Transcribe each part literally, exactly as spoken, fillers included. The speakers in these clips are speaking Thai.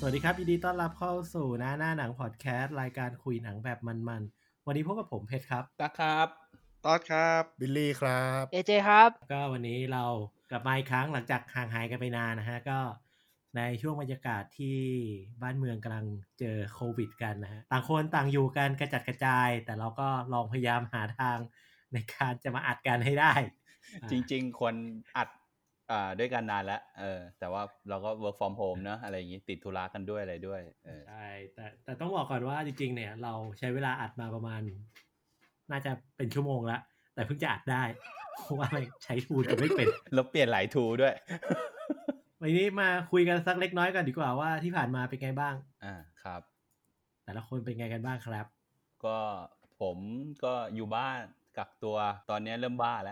วัสดีครับยินดีต้อนรับเข้าสู่หน้าหน้าหนังพอดแคสต์รายการคุยหนังแบบมันๆวันนี้พบกับผมเพชรครับตั๊กครับต๊อดครับบิลลี่ครับเอ เจ ครับก็วันนี้เรากลับมาอีกครั้งหลังจากห่างหายกันไปนานนะฮะก็ในช่วงบรรยากาศที่บ้านเมืองกำลังเจอโควิดกันนะฮะต่างคนต่างอยู่กันกระจัดกระจายแต่เราก็ลองพยายามหาทางในการจะมาอัดกันให้ได้จริงๆควรอัดอ่าด้วยกันนานแล้วเออแต่ว่าเราก็ work from home เนอะอะไรอย่างงี้ติดธุระกันด้วยอะไรด้วยเออใช่แต่แต่ต้องบอกก่อนว่าจริงๆเนี่ยเราใช้เวลาอัดมาประมาณน่าจะเป็นชั่วโมงละแต่เพิ่งจะอัดได้เพราะว่าใช้ทูลกันไม่เป็นแล้วเปลี่ยนหลายทูด้วยวันนี้มาคุยกันสักเล็กน้อยกันดีกว่าว่าที่ผ่านมาเป็นไงบ้างอ่าครับแต่ละคนเป็นไงกันบ้างครับก็ผมก็อยู่บ้านกักตัวตอนนี้เริ่มบ้าแล้ว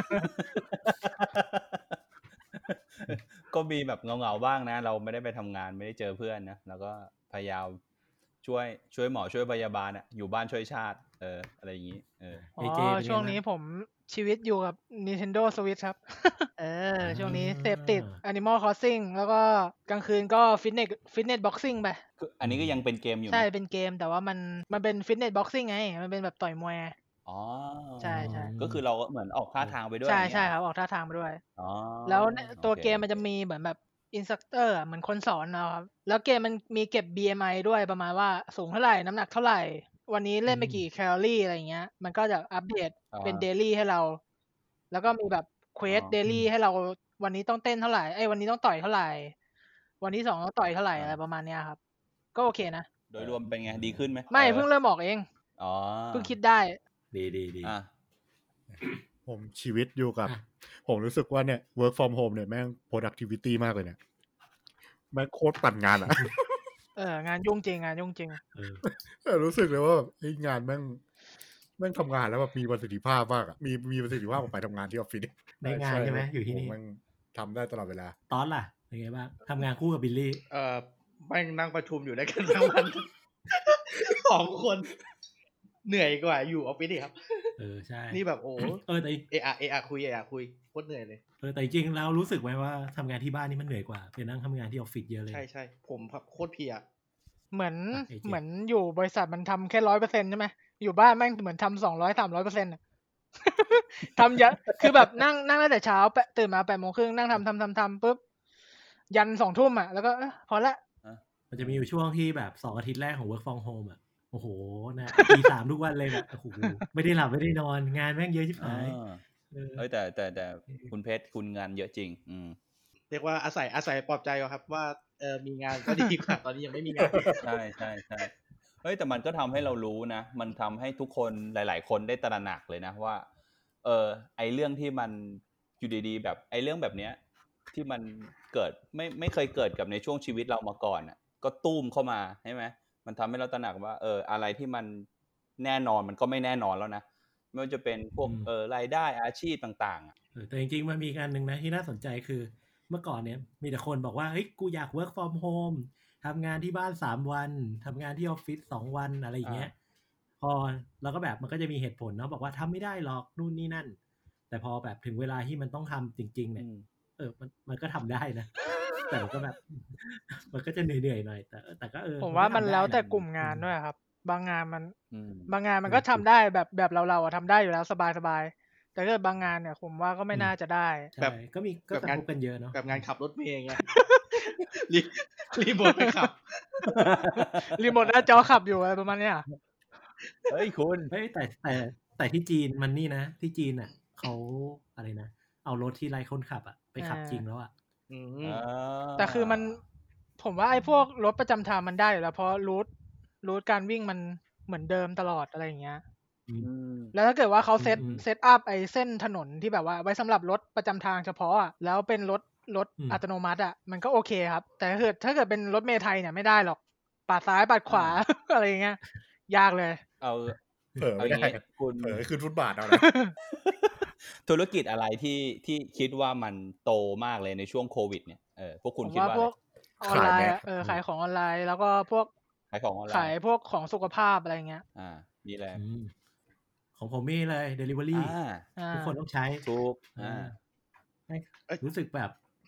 ก็มีแบบเงาๆบ้างนะเราไม่ได้ไปทำงานไม่ได้เจอเพื่อนนะแล้วก็พยายามช่วยช่วยหมอช่วยพยาบาลอ่ะอยู่บ้านช่วยชาติเอออะไรอย่างงี้เอออ๋อช่วงนี้ผมชีวิตอยู่กับ Nintendo Switch ครับ เออช่วงนี้เสพติด Animal Crossing แล้วก็กลางคืนก็ฟิตเนสฟิตเนสบ็อกซิ่งไปอันนี้ก็ยังเป็นเกมอยู่ใช่เป็นเกมแต่ว่ามันมันเป็นฟิตเนสบ็อกซิ่งไงมันเป็นแบบต่อยมวยอ๋อใช่ใช่ก็คือเราก็เหมือนออกท่าทางไปด้วยใช่ใช่ครับออกท่าทางไปด้วยอ๋อแล้วตัวเกมมันจะมีเหมือนแบบอินสตรัคเตอร์เหมือนคนสอนเราครับแล้วเกมมันมีเก็บ บี เอ็ม ไอ ด้วยประมาณว่าสูงเท่าไหร่น้ำหนักเท่าไหร่วันนี้เล่นไปกี่แคลอรี่อะไรเงี้ยมันก็จะอัปเดตเป็นเดลี่ให้เราแล้วก็มีแบบเควสเดลี่ให้เราวันนี้ต้องเต้นเท่าไหร่ไอ้วันนี้ต้องต่อยเท่าไหร่วันที่สองต้องต่อยเท่าไหร่อะไรประมาณเนี้ยครับก็โอเคนะโดยรวมเป็นไงดีขึ้นไหมไม่เพิ่งเริ่มออกเองอ๋อเพิ่งคิดได้ดีดีดีอ่ะผมชีวิตอยู่กับผมรู้สึกว่าเนี่ย work from home เนี่ยแม่ง productivity มากเลยเนี่ยแม่งโคตรปั่นงานอ่ะเอองานยุ่งจริงงานยุ่งจริงเออรู้สึกเลยว่าแบบงานแม่งแม่งทำงานแล้วแบบมีประสิทธิภาพมากอ่ะมีมีประสิทธิภาพออกไปทำงานที่ออฟฟิศได้งานใช่ไหมอยู่ที่นี่แม่งทำได้ตลอดเวลาตอนล่ะเป็นไงบ้างทำงานคู่กับบิลลี่เออแม่งนั่งประชุมอยู่ด้วยกันทั้งวันสองคนเหนื่อยกว่าอยู่ออฟฟิศอีกครับเออใช่นี่แบบโอ้เออแต่เออะเออะคุยเออะคุยโคตรเหนื่อยเลยเออแต่จริงแล้วรู้สึกไหมว่าทำงานที่บ้านนี่มันเหนื่อยกว่าไปนั่งทำงานที่ออฟฟิศเยอะเลยใช่ใช่ผมโคตรเพลียเหมือนเหมือนอยู่บริษัทมันทำแค่ร้อยเปอร์เซ็นต์ใช่ไหมอยู่บ้านแม่งเหมือนทำสองร้อยสามร้อยเปอร์เซ็นต์ทำเยอะคือแบบนั่งนั่งตั้งแต่เช้าตื่นมาแปดโมงครึ่งนั่งทำทำทำทำปุ๊บยันสองทุ่มอ่ะแล้วก็พอละมันจะมีอยู่ช่วงที่แบบสองอาทิตย์แรกของ work from home อ่ะโอ้โหนะตีสามทุกวันเลยแบบโอ้โหไม่ได้หลับไม่ได้นอนงานแม่งเยอะชิบหายเออแต่แต่แต่คุณเพชรคุณงานเยอะจริงอืมเรียกว่าอาศัยอาศัยปลอบใจเอาครับว่าเออมีงานก็ดีกว่าตอนนี้ยังไม่มีงานใช่ใช่ใช่เฮ้ยแต่มันก็ทำให้เรารู้นะมันทำให้ทุกคนหลายๆคนได้ตระหนักเลยนะว่าเออไอเรื่องที่มันอยู่ดีๆแบบไอเรื่องแบบเนี้ยที่มันเกิดไม่ไม่เคยเกิดกับในช่วงชีวิตเรามาก่อนอ่ะก็ตุ้มเข้ามาใช่ไหมมันทำให้เราตระหนักว่าเอออะไรที่มันแน่นอนมันก็ไม่แน่นอนแล้วนะไม่ว่าจะเป็นพวกเออรายได้อาชีพต่างๆอ่ะแต่จริงๆมันมีการหนึ่งนะที่น่าสนใจคือเมื่อก่อนเนี่ยมีแต่คนบอกว่าเฮ้ยกูอยาก work from home ทำงานที่บ้านสามวันทำงานที่ออฟฟิศสองวันอะไรอย่างเงี้ยพอแล้วก็แบบมันก็จะมีเหตุผลเนาะบอกว่าทำไม่ได้หรอกนู่นนี่นั่นแต่พอแบบถึงเวลาที่มันต้องทำจริงๆเนี่ยเออมันมันก็ทำได้นะแต่ก็แบบมันก็จะเหนื่อยๆหน่อยแต่แต่ก็เออผมว่ามันแล้วแต่กลุ่มงานด้วยครับบางงานมันบางงานมันก็ทำได้แบบแบบเราเราทำได้อยู่แล้วสบายๆแต่ก็บางงานเนี่ยผมว่าก็ไม่น่าจะได้แบบก็มีก็งานกันเยอะเนาะแบบงานขับรถเมล์อย่างเงี้ยรีรีโมทไปขับรีโมทหน้าจอขับอยู่อะไรประมาณเนี้ยเฮ้ยคุณเฮ้ยแต่แต่แต่ที่จีนมันนี่นะที่จีนอ่ะเขาอะไรนะเอารถที่ไร้คนขับอ่ะไปขับจริงแล้วอ่ะแต่คือมันผมว่าไอ้พวกรถประจำทางมันได้อยู่แล้วเพราะรูทรูทการวิ่งมันเหมือนเดิมตลอดอะไรอย่างเงี้ยแล้วถ้าเกิดว่าเขาเซตเซตอัพไอ้เส้นถนนที่แบบว่าไว้สำหรับรถประจำทางเฉพาะอ่ะแล้วเป็นรถรถอัตโนมัติอ่ะมันก็โอเคครับแต่ถ้าเกิดถ้าเกิดเป็นรถเมล์ไทยเนี่ยไม่ได้หรอกปาดซ้ายปาดขวาอะไรอย่างเงี้ยยากเลยเอาเผลอไม่ได้คุณเผลอขึ้นฟุตบาทเอานะธุรกิจอะไรที่ที่คิดว่ามันโตมากเลยในช่วงโควิดเนี่ยเออพวกคุณคิดว่าพวกออนไลน์เออขายของออนไลน์แล้วก็พวกขายของออนไลน์ขายพวกของสุขภาพอะไรเงี้ยอ่ามีอะไรของผมมีเลย delivery ทุกคนต้องใช้ถูกอ่ารู้สึกแบบ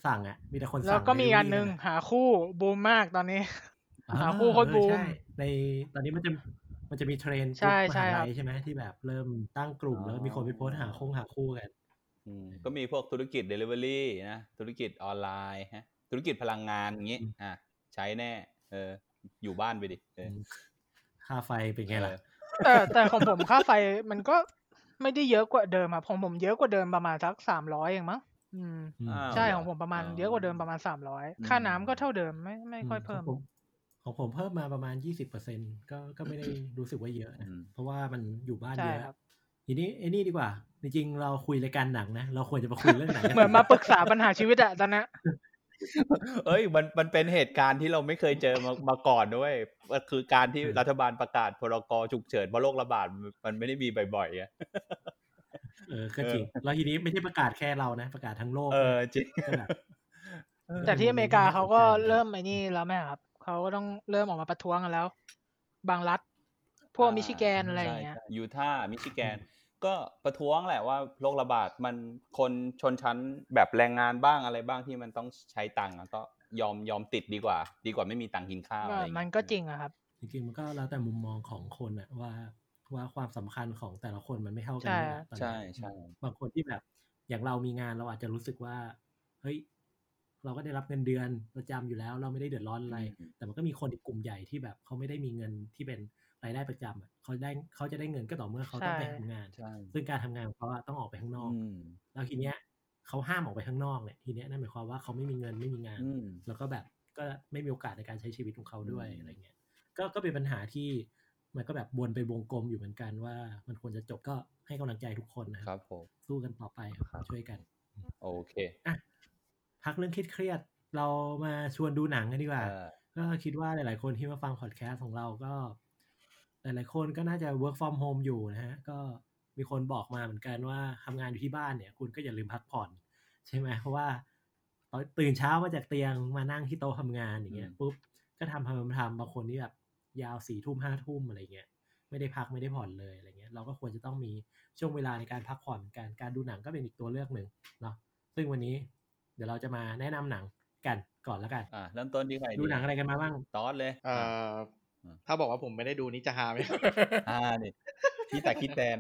สั่งอ่ะมีแต่คนสั่งแล้วก็มีอันนึงหาคู่บูมมากตอนนี้หาคู่โคตรบูมในตอนนี้มันจะมันจะมีเทรนด์มหาลัยใช่ไหมที่แบบเริ่มตั้งกลุ่มแล้วมีคนไปโพสหาคงหาคู่กันก็มีพวกธุรกิจ delivery นะธุรกิจออนไลน์ฮะธุรกิจพลังงานอย่างงี้อ่ะใช้แน่เอออยู่บ้านไปดิเออค่าไฟเป็นไงล่ะแต่แต่ของผมค่าไฟมันก็ไม่ได้เยอะกว่าเดิมอ่ะของผมเยอะกว่าเดิมประมาณสักสามร้อยเองมั้งอืมใช่ของผมประมาณเยอะกว่าเดิมประมาณสามร้อยค่าน้ำก็เท่าเดิมไม่ไม่ค่อยเพิ่มของผมเพิ่มมาประมาณ ยี่สิบเปอร์เซ็นต์ ก็ก็ไม่ได้รู้สึกว่าเยอะนะเพราะว่ามันอยู่บ้านเยอะทีนี้ไอ้นี่ดีกว่าจริงๆเราคุยรายการหนังนะเราควรจะมาคุยเรื่องหนังเหมือนมาปรึกษาปัญหาชีวิตอะตอนนี้เอ้ยมันมันเป็นเหตุการณ์ที่เราไม่เคยเจอมามาก่อนด้วยคือการที่รัฐบาลประกาศพรกฉุกเฉินเพราะโรคระบาดมันไม่ได้มีบ่อยๆอ่ะเออก็จริงแล้วทีนี้ไม่ใช่ประกาศแค่เรานะประกาศทั้งโลกเออจริงแต่ที่อเมริกาเขาก็เริ่มไอ้นี่แล้วแม่ครับเขาก็ต้องเริ่มออกมาประท้วงกันแล้วบางรัฐพวกมิชิแกนอะไรอย่างเงี้ยยูทาห์มิชิแกนก็ประท้วงแหละว่าโรคระบาดมันคนชนชั้นแบบแรงงานบ้างอะไรบ้างที่มันต้องใช้ตังค์ก็ยอมยอมติดดีกว่าดีกว่าไม่มีตังค์กินข้าวอะไรมันก็จริงอะครับจริงๆมันก็แล้วแต่มุมมองของคนอะว่าว่าความสำคัญของแต่ละคนมันไม่เท่ากันใช่ใช่บางคนที่แบบอย่างเรามีงานเราอาจจะรู้สึกว่าเฮ้ยเราก็ได้รับเงินเดือนประจำอยู่แล้วเราไม่ได้เดือดร้อนอะไรแต่มันก็มีคนอีกกลุ่มใหญ่ที่แบบเขาไม่ได้มีเงินที่เป็นรายได้ประจำอ่ะเขาได้เขาจะได้เงินก็ต่อเมื่อเขาต้องไปทำงานซึ่งการทำงานของเขาต้องออกไปข้างนอกแล้วทีเนี้ยเขาห้ามออกไปข้างนอกเนี่ยทีเนี้ยนั่นหมายความว่าเขาไม่มีเงินไม่มีงานแล้วก็แบบก็ไม่มีโอกาสในการใช้ชีวิตของเขาด้วยอะไรเงี้ยก็ก็เป็นปัญหาที่มันก็แบบวนไปวงกลมอยู่เหมือนกันว่ามันควรจะจบก็ให้กำลังใจทุกคนนะครับสู้กันต่อไปช่วยกันโอเคอ่ะพักเรื่องเครียดๆเรามาชวนดูหนังกันดีกว่าก็คิดว่าหลายๆคนที่มาฟังพอดแคสต์ของเราก็หลายๆคนก็น่าจะ work from home อยู่นะฮะก็มีคนบอกมาเหมือนกันว่าทำงานอยู่ที่บ้านเนี่ยคุณก็อย่าลืมพักผ่อนใช่ไหมเพราะว่าตื่นเช้ามาจากเตียงมานั่งที่โต๊ะทำงานอย่างเงี้ยปุ๊บก็ทำทำทำบางคนนี่แบบยาวสี่ทุ่มห้าทุ่มอะไรเงี้ยไม่ได้พักไม่ได้ผ่อนเลยอะไรเงี้ยเราก็ควรจะต้องมีช่วงเวลาในการพักผ่อนกันการดูหนังก็เป็นอีกตัวเลือกหนึ่งเนาะซึ่งวันนี้เดี๋ยวเราจะมาแนะนำหนังกันก่อนแล้วกันอ่าเริ่มต้นที่ใครดูหนังอะไรกันมาบ้างตอสเลยเอ่อถ้าบอกว่าผมไม่ได้ดูนี่จะฮาไหมอ่านี่พี่แต่คิดแทน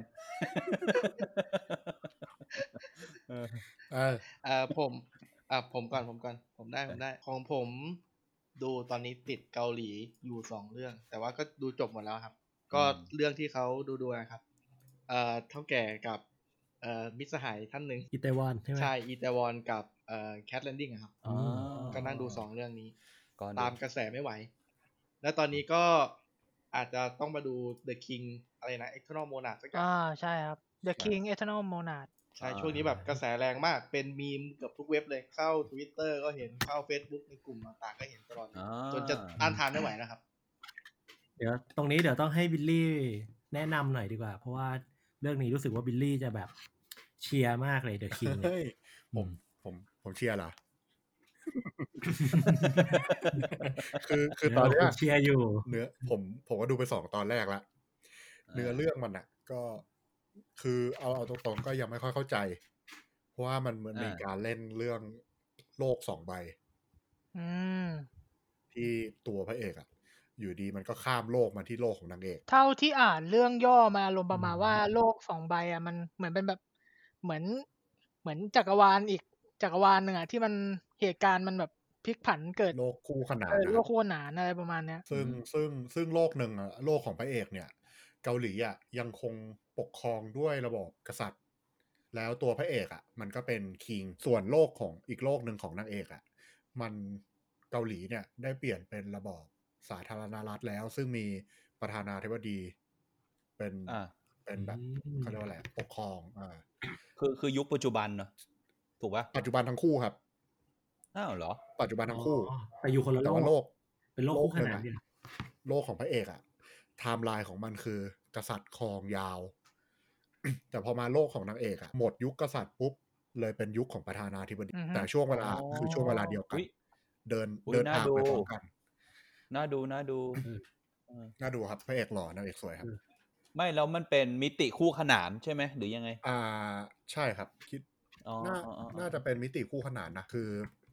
เออเออผมอ่ะผมก่อนผมก่อนผมได้ผมได้ของผมดูตอนนี้ติดเกาหลีอยู่สองเรื่องแต่ว่าก็ดูจบหมดแล้วครับก็เรื่องที่เขาดูดูนะครับเอ่อเท่าแก่กับเอ่อมิตรสหายท่านหนึ่งอีเตวอนใช่ไหมใช่อีเตวอนกับเอ่อแคทแลนดิ้งครับก็นั่งดูสองเรื่องนี้ตามกระแสไม่ไหวแล้วตอนนี้ก็อาจจะต้องมาดู The King อะไรนะ Eternal Monarch สักอย่างอ่าใช่ครับ The King Eternal Monarch ใช่ช่วงนี้แบบกระแสแรงมากเป็นมีมเกือบทุกเว็บเลยเข้า Twitter ก็เห็นเข้า Facebook ในกลุ่มต่างๆก็เห็นตลอดจนจะต้านทานไม่ไหวนะครับเดี๋ยวตรงนี้เดี๋ยวต้องให้บิลลี่แนะนำหน่อยดีกว่าเพราะว่าเรื่องนี้รู้สึกว่าบิลลี่จะแบบเชียร์มากเลย The King เฮ้ยผมผมผมเชียร์เหรอคือคือตอนนี้เชียร์อยู่เนื้อผมผมก็ดูไปสองตอนแรกละเนื้อเรื่องมันอ่ะก็คือเอาเอาตรงๆก็ยังไม่ค่อยเข้าใจเพราะว่ามันเหมือนมีการเล่นเรื่องโลกสองใบที่ตัวพระเอกอ่ะอยู่ดีมันก็ข้ามโลกมาที่โลกของนางเอกเท่าที่อ่านเรื่องย่อมาลงประมาณว่าโลกสองใบอ่ะมันเหมือนเป็นแบบเหมือนเหมือนจักรวาลอีกจักรวาลหนึ่งอ่ะที่มันเหตุการณ์มันแบบพลิกผันเกิดโลกคู่ขนานโลกคู่ขนานอะไรประมาณเนี้ยซึ่งซึ่งซึ่งโลกหนึ่งอ่ะโลกของพระเอกเนี่ยเกาหลีอ่ะยังคงปกครองด้วยระบบกษัตริย์แล้วตัวพระเอกอ่ะมันก็เป็นคิงส่วนโลกของอีกโลกหนึ่งของนางเอกอ่ะมันเกาหลีเนี่ยได้เปลี่ยนเป็นระบอบสาธารณรัฐแล้วซึ่งมีประธานาธิบดีเป็นเป็นแบบเขาเรียกว่าอะไรปกครองอ่าคือคือยุคปัจจุบันเนาะถูกป่ะปัจจุบันทั้งคู่ครับอ้าวเหรอปัจจุบันทั้งคู่แต่อยู่คนละโลกแต่ว่าโลกเป็นโลกคู่ขนานโลกของพระเอกอะไทม์ไลน์ของมันคือกษัตริย์ครองยาว แต่พอมาโลกของนางเอกอะหมดยุคกษัตริย์ปุ๊บเลยเป็นยุคของประธานาธิบดีแต่ช่วงเวลาคือช่วงเวลาเดียวกันเดินเดินทางไปพร้อมกันน่าดูน่าดูน่าดูครับพระเอกหล่อนางเอกสวยครับไม่แล้วมันเป็นมิติคู่ขนานใช่ไหมหรือยังไงอ่าใช่ครับคิดน่าน่าจะเป็นมิติคู่ขนานนะคือ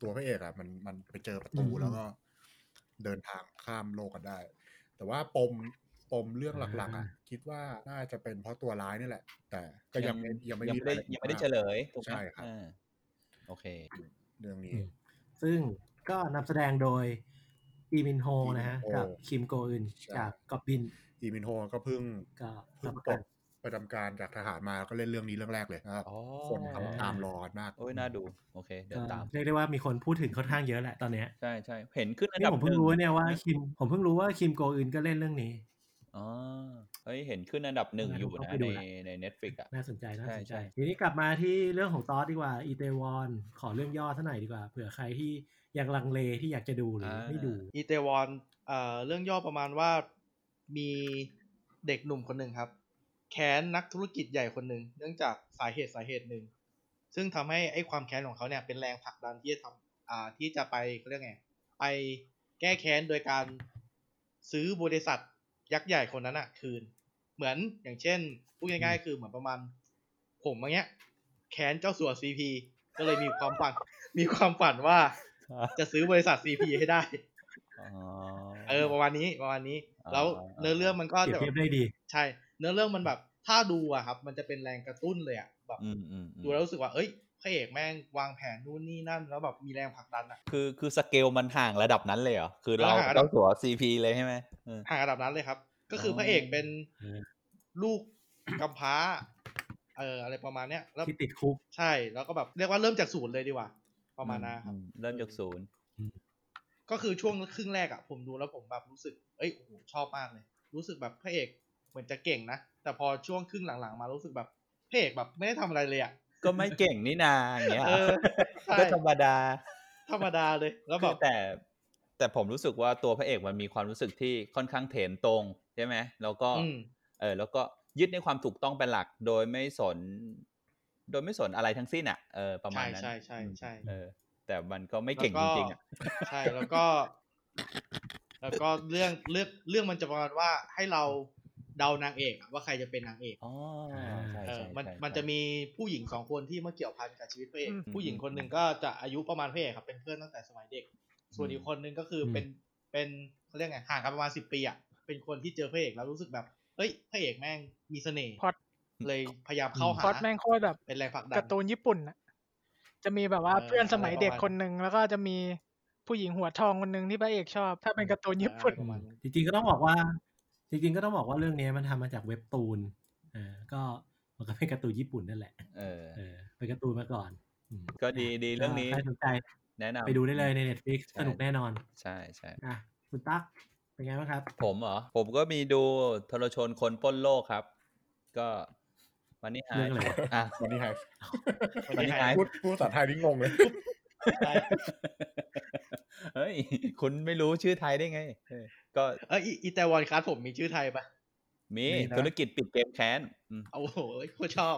ตัวพระเอกอ่ะมันมันไปเจอประตูแล้วก็เดินทางข้ามโลกกันได้แต่ว่าปมปมเรื่องหลักๆอ่ะคิดว่าน่าจะเป็นเพราะตัวร้ายนี่แหละแต่ก็ยังไม่ยังไม่ได้ยังไม่ได้เฉลยถูกไหมใช่ครับโอเคเรื่องนี้ซึ่งก็นำแสดงโดยอีมินโฮนะฮะกับคิมโกอึนจากกอบบินอีมินโฮก็เพิ่งก็เพิ่งปลดประจำการจากทหารมาก็เล่นเรื่องนี้เรื่องแรกเลยนะครับคนเขาตามรอมากโอ้ยน่าดูโอเคเดินตามเรียกได้ว่ามีคนพูดถึงค่อนข้างเยอะแหละตอนนี้ใช่ใช่เห็นขึ้นอันดับผมเพิ่งรู้เนี่ยว่าคิมผมเพิ่งรู้ว่าคิมโกอึนก็เล่นเรื่องนี้อ๋อเฮ้ยเห็นขึ้นอันดับหนึ่งอยู่นะในใน Netflix อ่ะน่าสนใจน่าสนใจทีนี้กลับมาที่เรื่องของตอสดีกว่าอีเตวอนขอเรื่องย่อซะหน่อยดีกว่าเผื่อใครที่ยังลังเลที่อยากจะดูหรือไม่ดูอีเตวอนเอ่อเรื่องย่อประมาณว่ามีเด็กหนุ่มคนหนึ่งครับแค้นนักธุรกิจใหญ่คนหนึ่งเนื่องจากสาเหตุสาเหตุหนึ่งซึ่งทำให้ไอ้ความแค้นของเขาเนี่ยเป็นแรงผลักดันที่จะทำอ่าที่จะไปเขาเรียกไงไปแก้แค้นโดยการซื้อบริษัทยักษ์ใหญ่คนนั้นอะคืนเหมือนอย่างเช่นพูดง่ายๆคือเหมือนประมาณผมอย่างเงี้ยแค้นเจ้าสัว ซี พี ก็เลยมีความฝันมีความฝันว่าจะซื้อบริษัท ซี พี ให้ได้เออประมาณนี้ประมาณนี้แล้วเนื้อเรื่องมันก็จะได้ดีใช่เนื้อเรื่องมันแบบถ้าดูอะครับมันจะเป็นแรงกระตุ้นเลยอะแบบดูแล้วรู้สึกว่าเอ้ยพระเอกแม่งวางแผนนู่นนี่นั่นแล้วแบบมีแรงผลักดันอะคือคือสเกลมันห่างระดับนั้นเลยเหรอคือเราเจ้าสัว ซี พี เลยใช่ไหมห่างระดับนั้นเลยครับก็คือพระเอกเป็นลูกกำพร้าเอออะไรประมาณเนี้ยแล้วที่ติดคุกใช่แล้วก็แบบเรียกว่าเริ่มจากศูนย์เลยดีกว่าประมาณนั้นครับเริ่มจากศูนย์ก็คือช่วงครึ่งแรกอะผมดูแล้วผมแบบรู้สึกเอ้ยโอ้โหชอบมากเลยรู้สึกแบบพระเอกเหมือนจะเก่งนะแต่พอช่วงครึ่งหลังๆมารู้สึกแบบพระเอกแบบไม่ได้ทำอะไรเลยอะก็ไม่เก่งนี่นาอย่างเงี้ยก็ธรรมดาธรรมดาเลยแล้วแบบแต่แต่ผมรู้สึกว่าตัวพระเอกมันมีความรู้สึกที่ค่อนข้างเถนตรงใช่ไหมแล้วก็เออแล้วก็ยึดในความถูกต้องเป็นหลักโดยไม่สนโดยไม่สนอะไรทั้งสิ้นอ่ะเออประมาณนั้นใช่ใช่ใช่เออแต่มันก็ไม่เก่งจริงๆอ่ะใช่แล้วก็แล้วก็เรื่องเรื่องเรื่องมันจะประมาณว่าให้เราเดานางเอกว่าใครจะเป็นนางเอกอ๋อใช่ใช่มันมันจะมีผู้หญิงสองคนที่มาเกี่ยวพันกับชีวิตพระเอกผู้หญิงคนหนึ่งก็จะอายุประมาณพระเอกครับเป็นเพื่อนตั้งแต่สมัยเด็กส่วนอีกคนนึงก็คือเป็นเป็นเขาเรียกไงห่างกันประมาณสิบปีอ่ะเป็นคนที่เจอพระเอกแล้วรู้สึกแบบเฮ้ยพระเอกแม่งมีเสน่ห์เลยพยายามเข้าหาพอดแม่งโคตรแบบเป็นแรงผลักดันการ์ตูนญี่ปุ่นอ่ะจะมีแบบว่าเพื่อนสมัยเด็กคนนึงแล้วก็จะมีผู้หญิงหัวทองคนนึงที่พระเอกชอบถ้าเป็นการ์ตูนญี่ปุ่นจริงๆก็ต้องบอกว่าจริงๆก็ต้องบอกว่าเรื่องนี้มันทำมาจากเว็บตูนอ่าก็มันก็เป็นการ์ตูนญี่ปุ่นนั่นแหละเออเออเป็นการ์ตูนมาก่อนก็ดีดีเรื่องนี้ใครสนใจแนะนำไปดูได้เลยใน Netflix สนุกแน่นอนใช่ใช่อ่ะคุณตั๊กเป็นไงบ้างครับผมเหรอผมก็มีดูทรชนคนปล้นโลกครับก็วันนี้หายอ่ะวันนี้หายวันนี้หายพูดพูดภาษาไทยนี่งงเลยเฮ้ยคุณไม่รู้ชื่อไทยได้ไงก็เอออีแต่วอนคัสผมมีชื่อไทยปะมีธุรกิจปิดเกมแค้นโอ้โหโคตรชอบ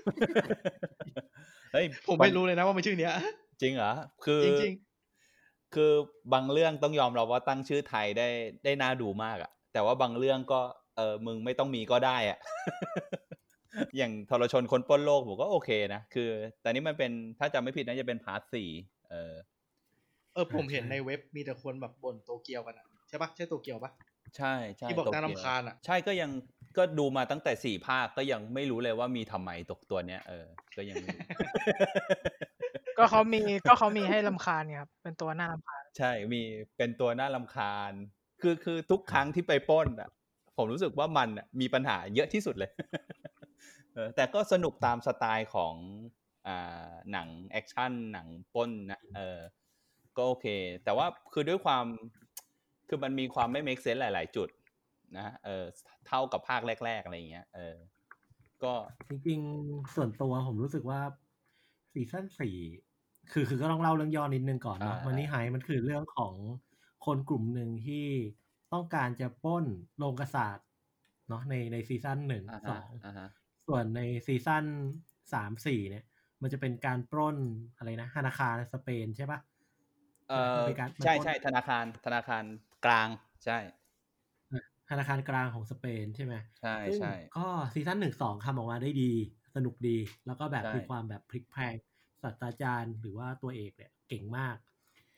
เฮ้ยผมไม่รู้เลยนะว่ามันชื่อเนี้ยจริงเหรอคือจริงๆคือบางเรื่องต้องยอมรับว่าตั้งชื่อไทยได้ได้น่าดูมากอ่ะแต่ว่าบางเรื่องก็เออมึงไม่ต้องมีก็ได้อ่ะอย่างทรชนคนปล้นโลกผมก็โอเคนะคือแต่นี้มันเป็นถ้าจำไม่ผิดน่าจะเป็นพาร์ทสี่เออเออผมเห็นในเว็บมีแต่คนแบบบ่นโตเกียวกันอ่ะใช่ปะใช่โตเกียวปะใช่ใช่ที่บอกน่ารำคาญอ่ะใช่ก็ยังก็ดูมาตั้งแต่สี่ภาคก็ยังไม่รู้เลยว่ามีทำไมตกตัวเนี้ยเออก็ยังก็เขามีก็เขามีให้รำคาญครับเป็นตัวน่ารำคาญใช่มีเป็นตัวน่ารำคาญคือคือทุกครั้งที่ไปปล้นอ่ะผมรู้สึกว่ามันมีปัญหาเยอะที่สุดเลยเออแต่ก็สนุกตามสไตล์ของอ่าหนังแอคชั่นหนังปล้นนะเออก็โอเคแต่ว่าคือด้วยความคือมันมีความไม่ make sense หลายๆจุดนะเออเท่ากับภาคแรกๆอะไรอย่างเงี้ยเออก็จริงๆส่วนตัวผมรู้สึกว่าซีซั่นสี่คือคือก็ต้องเล่าเรื่องย่อนิดนึงก่อนเนาะมันนี่ไฮมันคือเรื่องของคนกลุ่มหนึ่งที่ต้องการจะปล้นโรงกษาปณ์เนาะในในซีซั่นหนึ่งสองส่วนในซีซั่นสามสี่เนี่ยมันจะเป็นการปล้นอะไรนะธนาคารสเปนใช่ปะเออใช่ใช่ธนาคารธนาคารกลางใช่ธนาคารกลางของสเปนใช่ไหมใช่ใช่ก็ซีซั่นหนึ่งสองทำออกมาได้ดีสนุกดีแล้วก็แบบมีความแบบพลิกแพลงศาสตราจารย์หรือว่าตัวเอกเนี่ยเก่งมาก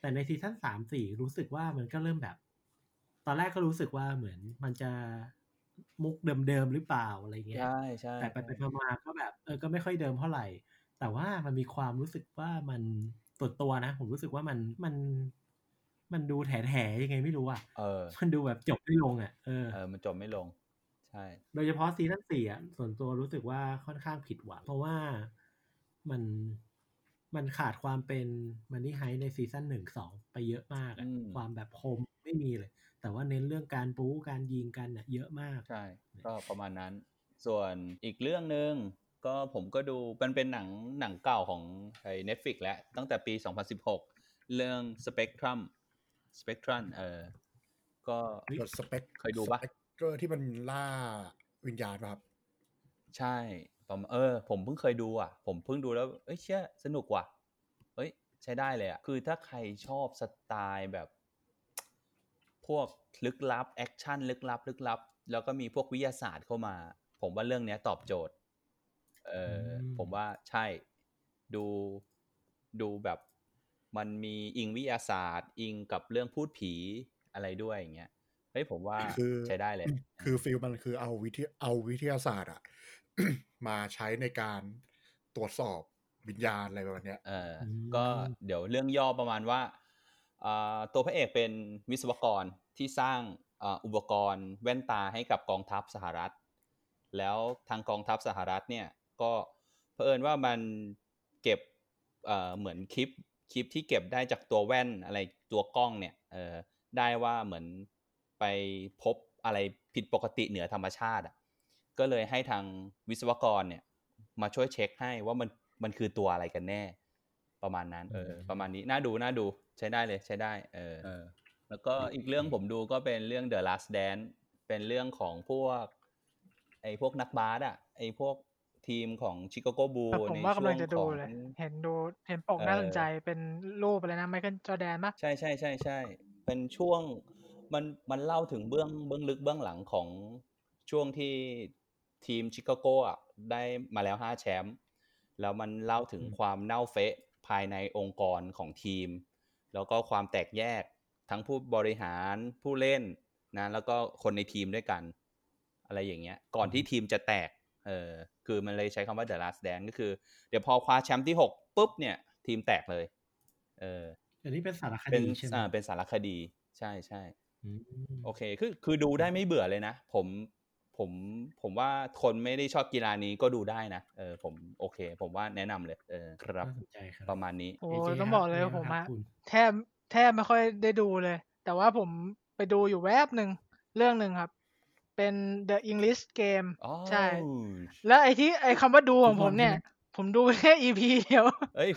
แต่ในซีซั่นสาม สี่รู้สึกว่ามันก็เริ่มแบบตอนแรกก็รู้สึกว่าเหมือนมันจะมุกเดิมๆหรือเปล่าอะไรเงี้ยใช่ใช่แต่ไปไปมาๆก็แบบเออก็ไม่ค่อยเดิมเท่าไหร่แต่ว่ามันมีความรู้สึกว่ามันส่วนตัวนะผมรู้สึกว่ามันมันมันดูแถๆยังไงไม่รู้อ่ะเออมันดูแบบจบไม่ลงอ่ะเออเออมันจบไม่ลงใช่โดยเฉพาะซีซั่นสี่อ่ะส่วนตัวรู้สึกว่าค่อนข้างผิดหวังเพราะว่ามันมันขาดความเป็นมันนี่ไฮในซีซั่นหนึ่งสองไปเยอะมากอ่ะความแบบคมไม่มีเลยแต่ว่าเน้นเรื่องการปู๊การยิงกันเนี่ยเยอะมากใช่ก็ประมาณนั้นส่วนอีกเรื่องนึงก็ผมก็ดูมันเป็นหนังหนังเก่าของไอ้ Netflix แล้วตั้งแต่ปีสองพันสิบหกเรื่อง Spectrum Spectrum เออก็สเปกเคยดูป่ะที่มันล่าวิญญาณป่ะครับใช่ผมเออผมเพิ่งเคยดูอ่ะผมเพิ่งดูแล้วเอ้ยเชี่ยสนุกว่ะเอ้ยใช้ได้เลยอ่ะคือถ้าใครชอบสไตล์แบบพวกลึกลับแอคชั่นลึกลับลึกลับแล้วก็มีพวกวิทยาศาสตร์เข้ามาผมว่าเรื่องนี้ตอบโจทย์เออผมว่าใช่ดูดูแบบมันมีอิงวิทยาศาสตร์อิงกับเรื่องพูดผีอะไรด้วยอย่างเงี้ยเฮ้ยผมว่าใช้ได้เลยคือฟิลมันคือเอาวิทยาเอาวิทยาศาสตร์อะ มาใช้ในการตรวจสอบวิญญาณอะไรแบบนี้เออก็เดี๋ยวเรื่องย่อประมาณว่าตัวพระเอกเป็นวิศวกรที่สร้างอุปกรณ์แว่นตาให้กับกองทัพสหรัฐแล้วทางกองทัพสหรัฐเนี่ยก็เผอิญว่ามันเก็บเหมือนคลิปคลิปที่เก็บได้จากตัวแว่นอะไรตัวกล้องเนี่ยเออได้ว่าเหมือนไปพบอะไรผิดปกติเหนือธรรมชาติอ่ะก็เลยให้ทางวิศวกรเนี่ยมาช่วยเช็คให้ว่ามันมันคือตัวอะไรกันแน่ประมาณนั้นเออประมาณนี้น่าดูน่าดูใช้ได้เลยใช้ได้เออเออแล้วก็อีกเรื่องผมดูก็เป็นเรื่อง The Last Dance เป็นเรื่องของพวกไอ้พวกนักบาสอ่ะไอ้พวกทีมของชิคาโกบูลผมว่ากำลังจะดูเลยเห็นดูเห็นปกน่าสนใจเป็นรูปอะไรนะไมเคิลจอร์แดนป่ะใช่ใช่ใช่ใช่เป็นช่วงมันมันเล่าถึงเบื้องเบื้องลึกเบื้องหลังของช่วงที่ทีมชิคาโกอ่ะได้มาแล้วห้าแชมป์แล้วมันเล่าถึงความเน่าเฟะภายในองค์กรของทีมแล้วก็ความแตกแยกทั้งผู้บริหารผู้เล่นนะแล้วก็คนในทีมด้วยกันอะไรอย่างเงี้ยก่อนที่ทีมจะแตกเออคือมันเลยใช้คำว่า The Last Dance ก็คือเดี๋ยวพอคว้าแชมป์ที่หกปุ๊บเนี่ยทีมแตกเลยเอออันนี้เป็นสารคดีใช่ไหมอ่าเป็นสารคดีใช่ใช่โอเคคือคือดูได้ไม่เบื่อเลยนะผมผมผมว่าคนไม่ได้ชอบกีฬานี้ก็ดูได้นะเออผมโอเคผมว่าแนะนำเลยเออครับประมาณนี้โอ้ต้องบอกเลยผมอะแทบแทบไม่ค่อยได้ดูเลยแต่ว่าผมไปดูอยู่แวบหนึ่งเรื่องหนึ่งครับเป็น The English Game ใช่แล้วไอ้ที่ไอ้คำว่าดูของผมเนี่ยผมดูแค่ อี พี เดียวเอ้ย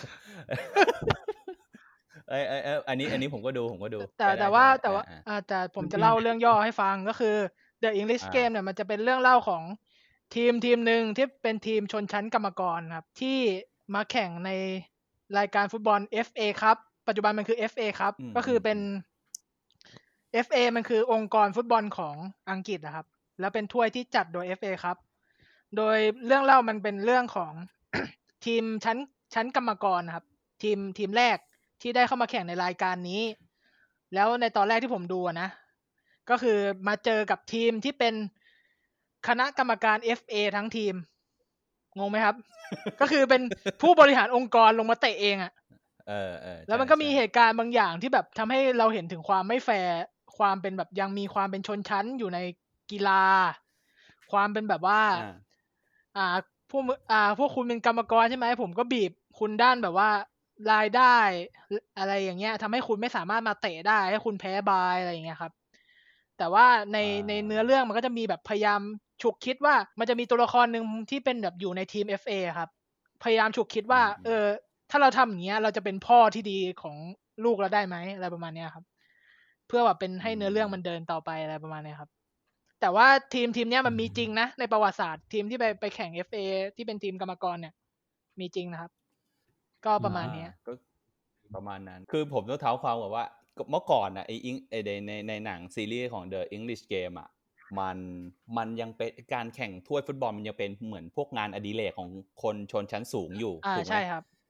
เอ้ยเอ้ยอันนี้อันนี้ผมก็ดูผมก็ดูแต่แต่ว่าแต่ว่าอาจจะผมจะเล่าเรื่องย่อให้ฟังก็คือ The English Game เนี่ยมันจะเป็นเรื่องเล่าของทีมทีมหนึ่งที่เป็นทีมชนชั้นกรรมกรครับที่มาแข่งในรายการฟุตบอล เอฟ เอ ครับปัจจุบันมันคือ เอฟ เอ ครับก็คือเป็น เอฟ เอ มันคือองค์กรฟุตบอลของอังกฤษนะครับแล้วเป็นถ้วยที่จัดโดย เอฟ เอ ครับโดยเรื่องเล่ามันเป็นเรื่องของ ทีมชั้นชั้นกรรมกรครับทีมทีมแรกที่ได้เข้ามาแข่งในรายการนี้แล้วในตอนแรกที่ผมดูนะก็คือมาเจอกับทีมที่เป็นคณะกรรมการ เอฟ เอ ทั้งทีมงงไหมครับ ก็คือเป็นผู้บริหารองค์กรลงมาเตะเองอ่ะเออเออแล้วมันก็มีเหตุการณ์บางอย่างที่แบบทำให้เราเห็นถึงความไม่แฟร์ความเป็นแบบยังมีความเป็นชนชั้นอยู่ในกีฬาความเป็นแบบว่าอ่าพวกอ่าพวกคุณเป็นกรรมกรใช่ไหมผมก็บีบคุณด้านแบบว่ารายได้อะไรอย่างเงี้ยทำให้คุณไม่สามารถมาเตะได้ให้คุณแพ้บายอะไรอย่างเงี้ยครับแต่ว่าในในเนื้อเรื่องมันก็จะมีแบบพยายามฉุกคิดว่ามันจะมีตัวละครหนึ่งที่เป็นแบบอยู่ในทีม เอฟ เอ ครับพยายามฉุกคิดว่าเออถ้าเราทำอย่างเงี้ยเราจะเป็นพ่อที่ดีของลูกเราได้ไหมอะไรประมาณเนี้ยครับเพื่อแบบเป็นให้เนื้อเรื่องมันเดินต่อไปอะไรประมาณเนี้ยครับแต่ว่าทีมทีมเนี้ยมันมีจริงนะในประวัติศาสตร์ทีมที่ไปไปแข่ง เอฟ เอ ที่เป็นทีมกรรมกรเนี่ยมีจริงนะครับก็ประมาณนี้ก็ประมาณนั้นคือผมต้องเท้าความก่อนว่าเมื่อก่อนนะไอ้ไอ้ในในหนังซีรีส์ของ The English Game อ่ะมันมันยังเป็นการแข่งถ้วยฟุตบอลมันยังเป็นเหมือนพวกงานอดิเรกของคนชนชั้นสูงอยู่ถูกไหมใช่ครับเอ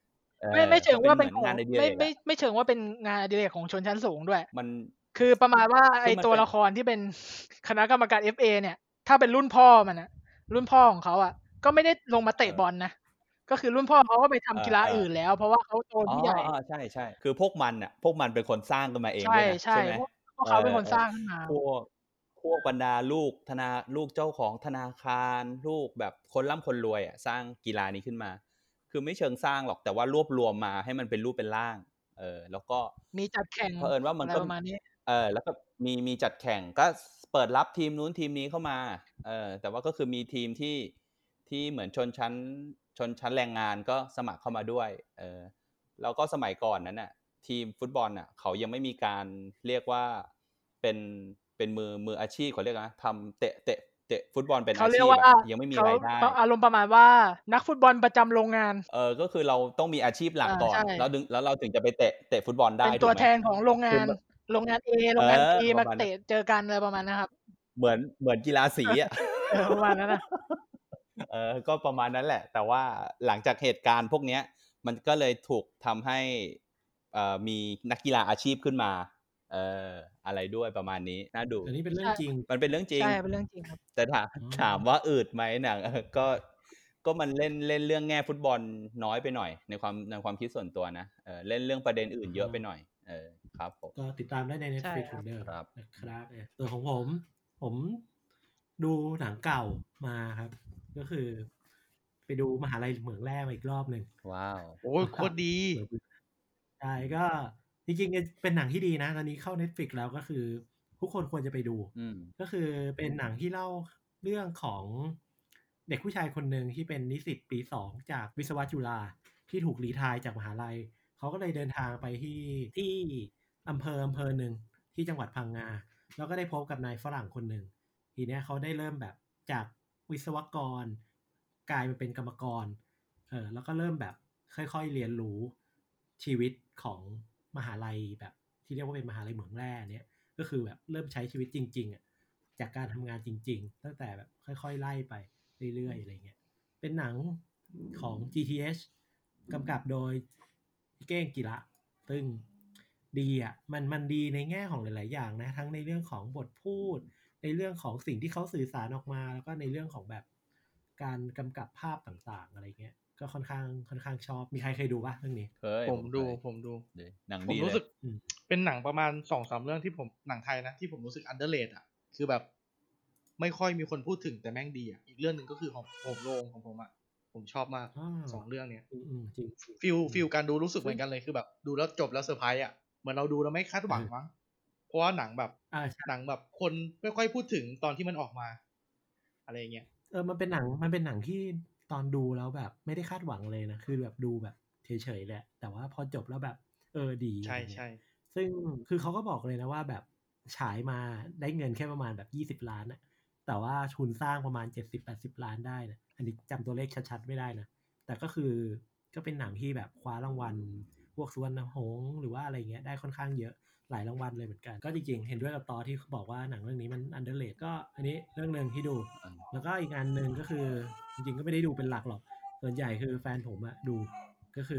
ไม่ไม่เชิงว่าเป็นงานไม่ไม่ไม่เชิงว่าเป็นงานอดิเรกของชนชั้นสูงด้วยมันคือประมาณว่าไอตัวละครที่เป็นคณะกรรมการ เอฟ เอ เนี่ยถ้าเป็นรุ่นพ่อมันนะรุ่นพ่อของเขาอ่ะก็ไม่ได้ลงมาเตะบอลนะก็คือรุ่นพ่อเขาก็ไปทำกีฬาอื่นแล้วเพราะว่าเขาโตผู้ใหญ่อ๋อใช่ใช่คือพวกมันอ่ะพวกมันเป็นคนสร้างกันมาเองด้วยนะใช่ไหมพวกเขาเป็นคนสร้างขึ้นมาพวกพวกบรรดาลูกธนาลูกเจ้าของธนาคารลูกแบบคนร่ำคนรวยอ่ะสร้างกีฬานี้ขึ้นมาคือไม่เชิงสร้างหรอกแต่ว่ารวบรวมมาให้มันเป็นรูปเป็นร่างเออแล้วก็มีจัดแข่งเผอิญว่ามันก็เออแล้วก็มีมีจัดแข่งก็เปิดรับทีมนู้นทีมนี้เข้ามาเออแต่ว่าก็คือมีทีมที่ที่เหมือนชนชั้นชนชั้นแรงงานก็สมัครเข้ามาด้วยเออแล้วก็สมัยก่อนนั้นน่ะทีมฟุตบอลน่ะเขายังไม่มีการเรียกว่าเป็นเป็นมือมืออาชีพเขาเรียกนะทำเตะเตะเตะฟุตบอลเป็นอาชีพยังไม่มีรายได้อารมณ์ประมาณว่านักฟุตบอลประจำโรงงานเออก็คือเราต้องมีอาชีพหลักก่อนแล้วดึงแล้วเราถึงจะไปเตะเตะฟุตบอลได้เป็นตัวแทนของโรงงานโรงงาน A โรงงาน B มาเตะเจอกันอะไรประมาณนั้นครับเหมือนเหมือนกีฬาสีอ่ะประมาณนั้นนะเออก็ประมาณนั้นแหละแต่ว่าหลังจากเหตุการณ์พวกนี้มันก็เลยถูกทำให้เอ่อมีนักกีฬาอาชีพขึ้นมาเอ่ออะไรด้วยประมาณนี้น่าดูอันนี้เป็นเรื่องจริงมันเป็นเรื่องจริงใช่เป็นเรื่องจริงครับแต่ถามถามว่าอืดไหมหนังก็ก็มันเล่นเล่นเรื่องแง่ฟุตบอลน้อยไปหน่อยในความในความคิดส่วนตัวนะเออเล่นเรื่องประเด็นอื่นเยอะไปหน่อยเออครับผมก็ติดตามได้ใน Netflix เหมือนเดิมนะครับตัวของผมผมดูหนังเก่ามาครับก็คือไปดูมหาลัยเหมืองแร่มาอีกรอบนึงว้าวโอ้ยโคตรดีใช่ก็จริงๆเป็นหนังที่ดีนะตอนนี้เข้า Netflix แล้วก็คือทุกคนควรจะไปดูก็คือเป็นหนังที่เล่าเรื่องของเด็กผู้ชายคนหนึ่งที่เป็นนิสิตปีสองจากวิศวะจุฬาที่ถูกรีไทร์จากมหาลัยเขาก็เลยเดินทางไปที่ที่อำเภออำเภอหนึ่งที่จังหวัดพังงาแล้วก็ได้พบกับนายฝรั่งคนหนึ่งทีนี้เขาได้เริ่มแบบจากวิศวกรกลายมาเป็นกรรมกรเออแล้วก็เริ่มแบบค่อยๆเรียนรู้ชีวิตของมหาลัยแบบที่เรียกว่าเป็นมหาลัยเหมืองแร่เนี่ยก็คือแบบเริ่มใช้ชีวิตจริงๆอ่ะจากการทำงานจริงๆตั้งแต่แบบค่อยๆไล่ไปเรื่อยๆอะไรเงี้ยเป็นหนังของ จี ที เอช กำกับโดยพี่เก้งกิระซึ่งดีอ่ะมันมันดีในแง่ของหลายๆอย่างนะทั้งในเรื่องของบทพูดในเรื่องของสิ่งที่เขาสื่อสารออกมาแล้วก็ในเรื่องของแบบการกำกับภาพต่างๆอะไรเงี้ยก็ค่อนข้างค่อนข้างชอบมีใครเคยดูป่ะเรื่องนี้เคยผมดูผมดูหนังดีผมรู้สึกอืมเป็นหนังประมาณ สองสาม เรื่องที่ผมหนังไทยนะที่ผมรู้สึกอันเดอร์เรทอ่ะคือแบบไม่ค่อยมีคนพูดถึงแต่แม่งดีอ่ะอีกเรื่องนึงก็คือของผมโรงของผมอ่ะผมชอบมากสองเรื่องเนี้ยอืมๆจริงฟีลฟีลการดูรู้สึกเหมือนกันเลยคือแบบดูแล้วจบแล้วเซอร์ไพรส์อ่ะเหมือนเราดูแล้วไม่คาดหวังมั้งเพราะว่าหนังแบบหนังแบบคนไม่ค่อยพูดถึงตอนที่มันออกมาอะไรเงี้ยเออมันเป็นหนังมันเป็นหนังที่ตอนดูแล้วแบบไม่ได้คาดหวังเลยนะคือแบบดูแบบเฉยๆแหละแต่ว่าพอจบแล้วแบบเออดีใช่ใช่ซึ่งคือเขาก็บอกเลยนะว่าแบบฉายมาได้เงินแค่ประมาณแบบยี่สิบล้านนะแต่ว่าทุนสร้างประมาณเจ็ดสิบแปดสิบล้านได้นะอันนี้จำตัวเลขชัดๆไม่ได้นะแต่ก็คือก็เป็นหนังที่แบบคว้ารางวัลพวกสุวรรณหงส์หรือว่าอะไรเงี้ยได้ค่อนข้างเยอะหลายรางวัลเลยเหมือนกันก็จริงๆเห็นด้วยกับตอที่บอกว่าหนังเรื่องนี้มันอันเดอร์เรทก็อันนี้เรื่องนึงที่ดูแล้วก็อีกอันนึงก็คือจริงๆก็ไม่ได้ดูเป็นหลักหรอกส่วนใหญ่คือแฟนผมอะดูก็คือ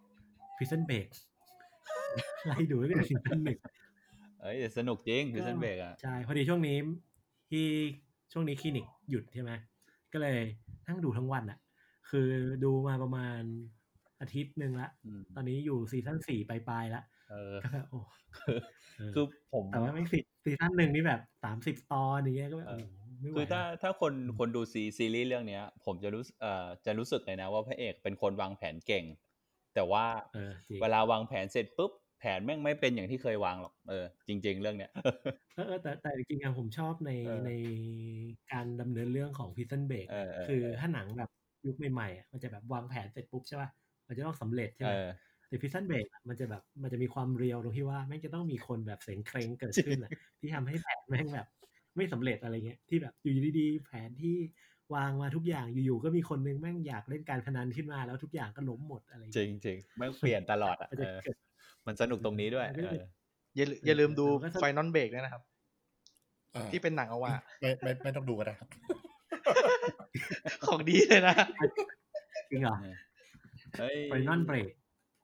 Prison Break ไล่ดูไม่เป็นซีซั่นหนึ่งเอ้ยสนุกจริง Prison Break อ่ะใช่พอดีช่วงนี้ที่ช่วงนี้คลินิกหยุดใช่ไหมก็เลยนั่งดูทั้งวันอ่ะคือดูมาประมาณอาทิตย์นึงละตอนนี้อยู่ซีซั่นสี่ปลายๆแล้วก็แบบโอ้คือผมแต่ว่าไม่สิซีซั่นหนึ่งนี่แบบสามสิบตอนอย่างเงี้ยก็แบบคือถ้าถ้าคนคนดูซีซีรีส์เรื่องนี้ผมจะรู้เอ่อจะรู้สึกเลยนะว่าพระเอกเป็นคนวางแผนเก่งแต่ว่าเวลาวางแผนเสร็จปุ๊บแผนแม่งไม่เป็นอย่างที่เคยวางหรอกเออจริงๆเรื่องเนี้ยเออแต่แต่จริงๆผมชอบในในการดำเนินเรื่องของ Prison Break คือถ้าหนังแบบยุคใหม่ๆมันจะแบบวางแผนเสร็จปุ๊บใช่ป่ะมันจะต้องสำเร็จใช่ไหมแต่ Prison Break มันจะแบบมันจะมีความเรียวตรงที่ว่าแม่งจะต้องมีคนแบบเสงเคร่งเกิดขึ้นอ่ะที่ทำให้แผนแม่งแบบไม่สำเร็จอะไรเงี้ยที่แบบอยู่ดีๆแผนที่วางมาทุกอย่างอยู่ๆก็มีคนนึงแม่งอยากเล่นการพนันขึ้นมาแล้วทุกอย่างก็ล้มหมดอะไรจริงๆแม่งเปลี่ยนตลอดอ่ะมันสนุกตรงนี้ด้วยอย่าอย่าลืมดู Final Break ด้วยนะครับที่เป็นหนังเอาว่าไม่ไม่ไม่ต้องดูก็ได้ครับของดีเลยนะจริงเหรอ Final Break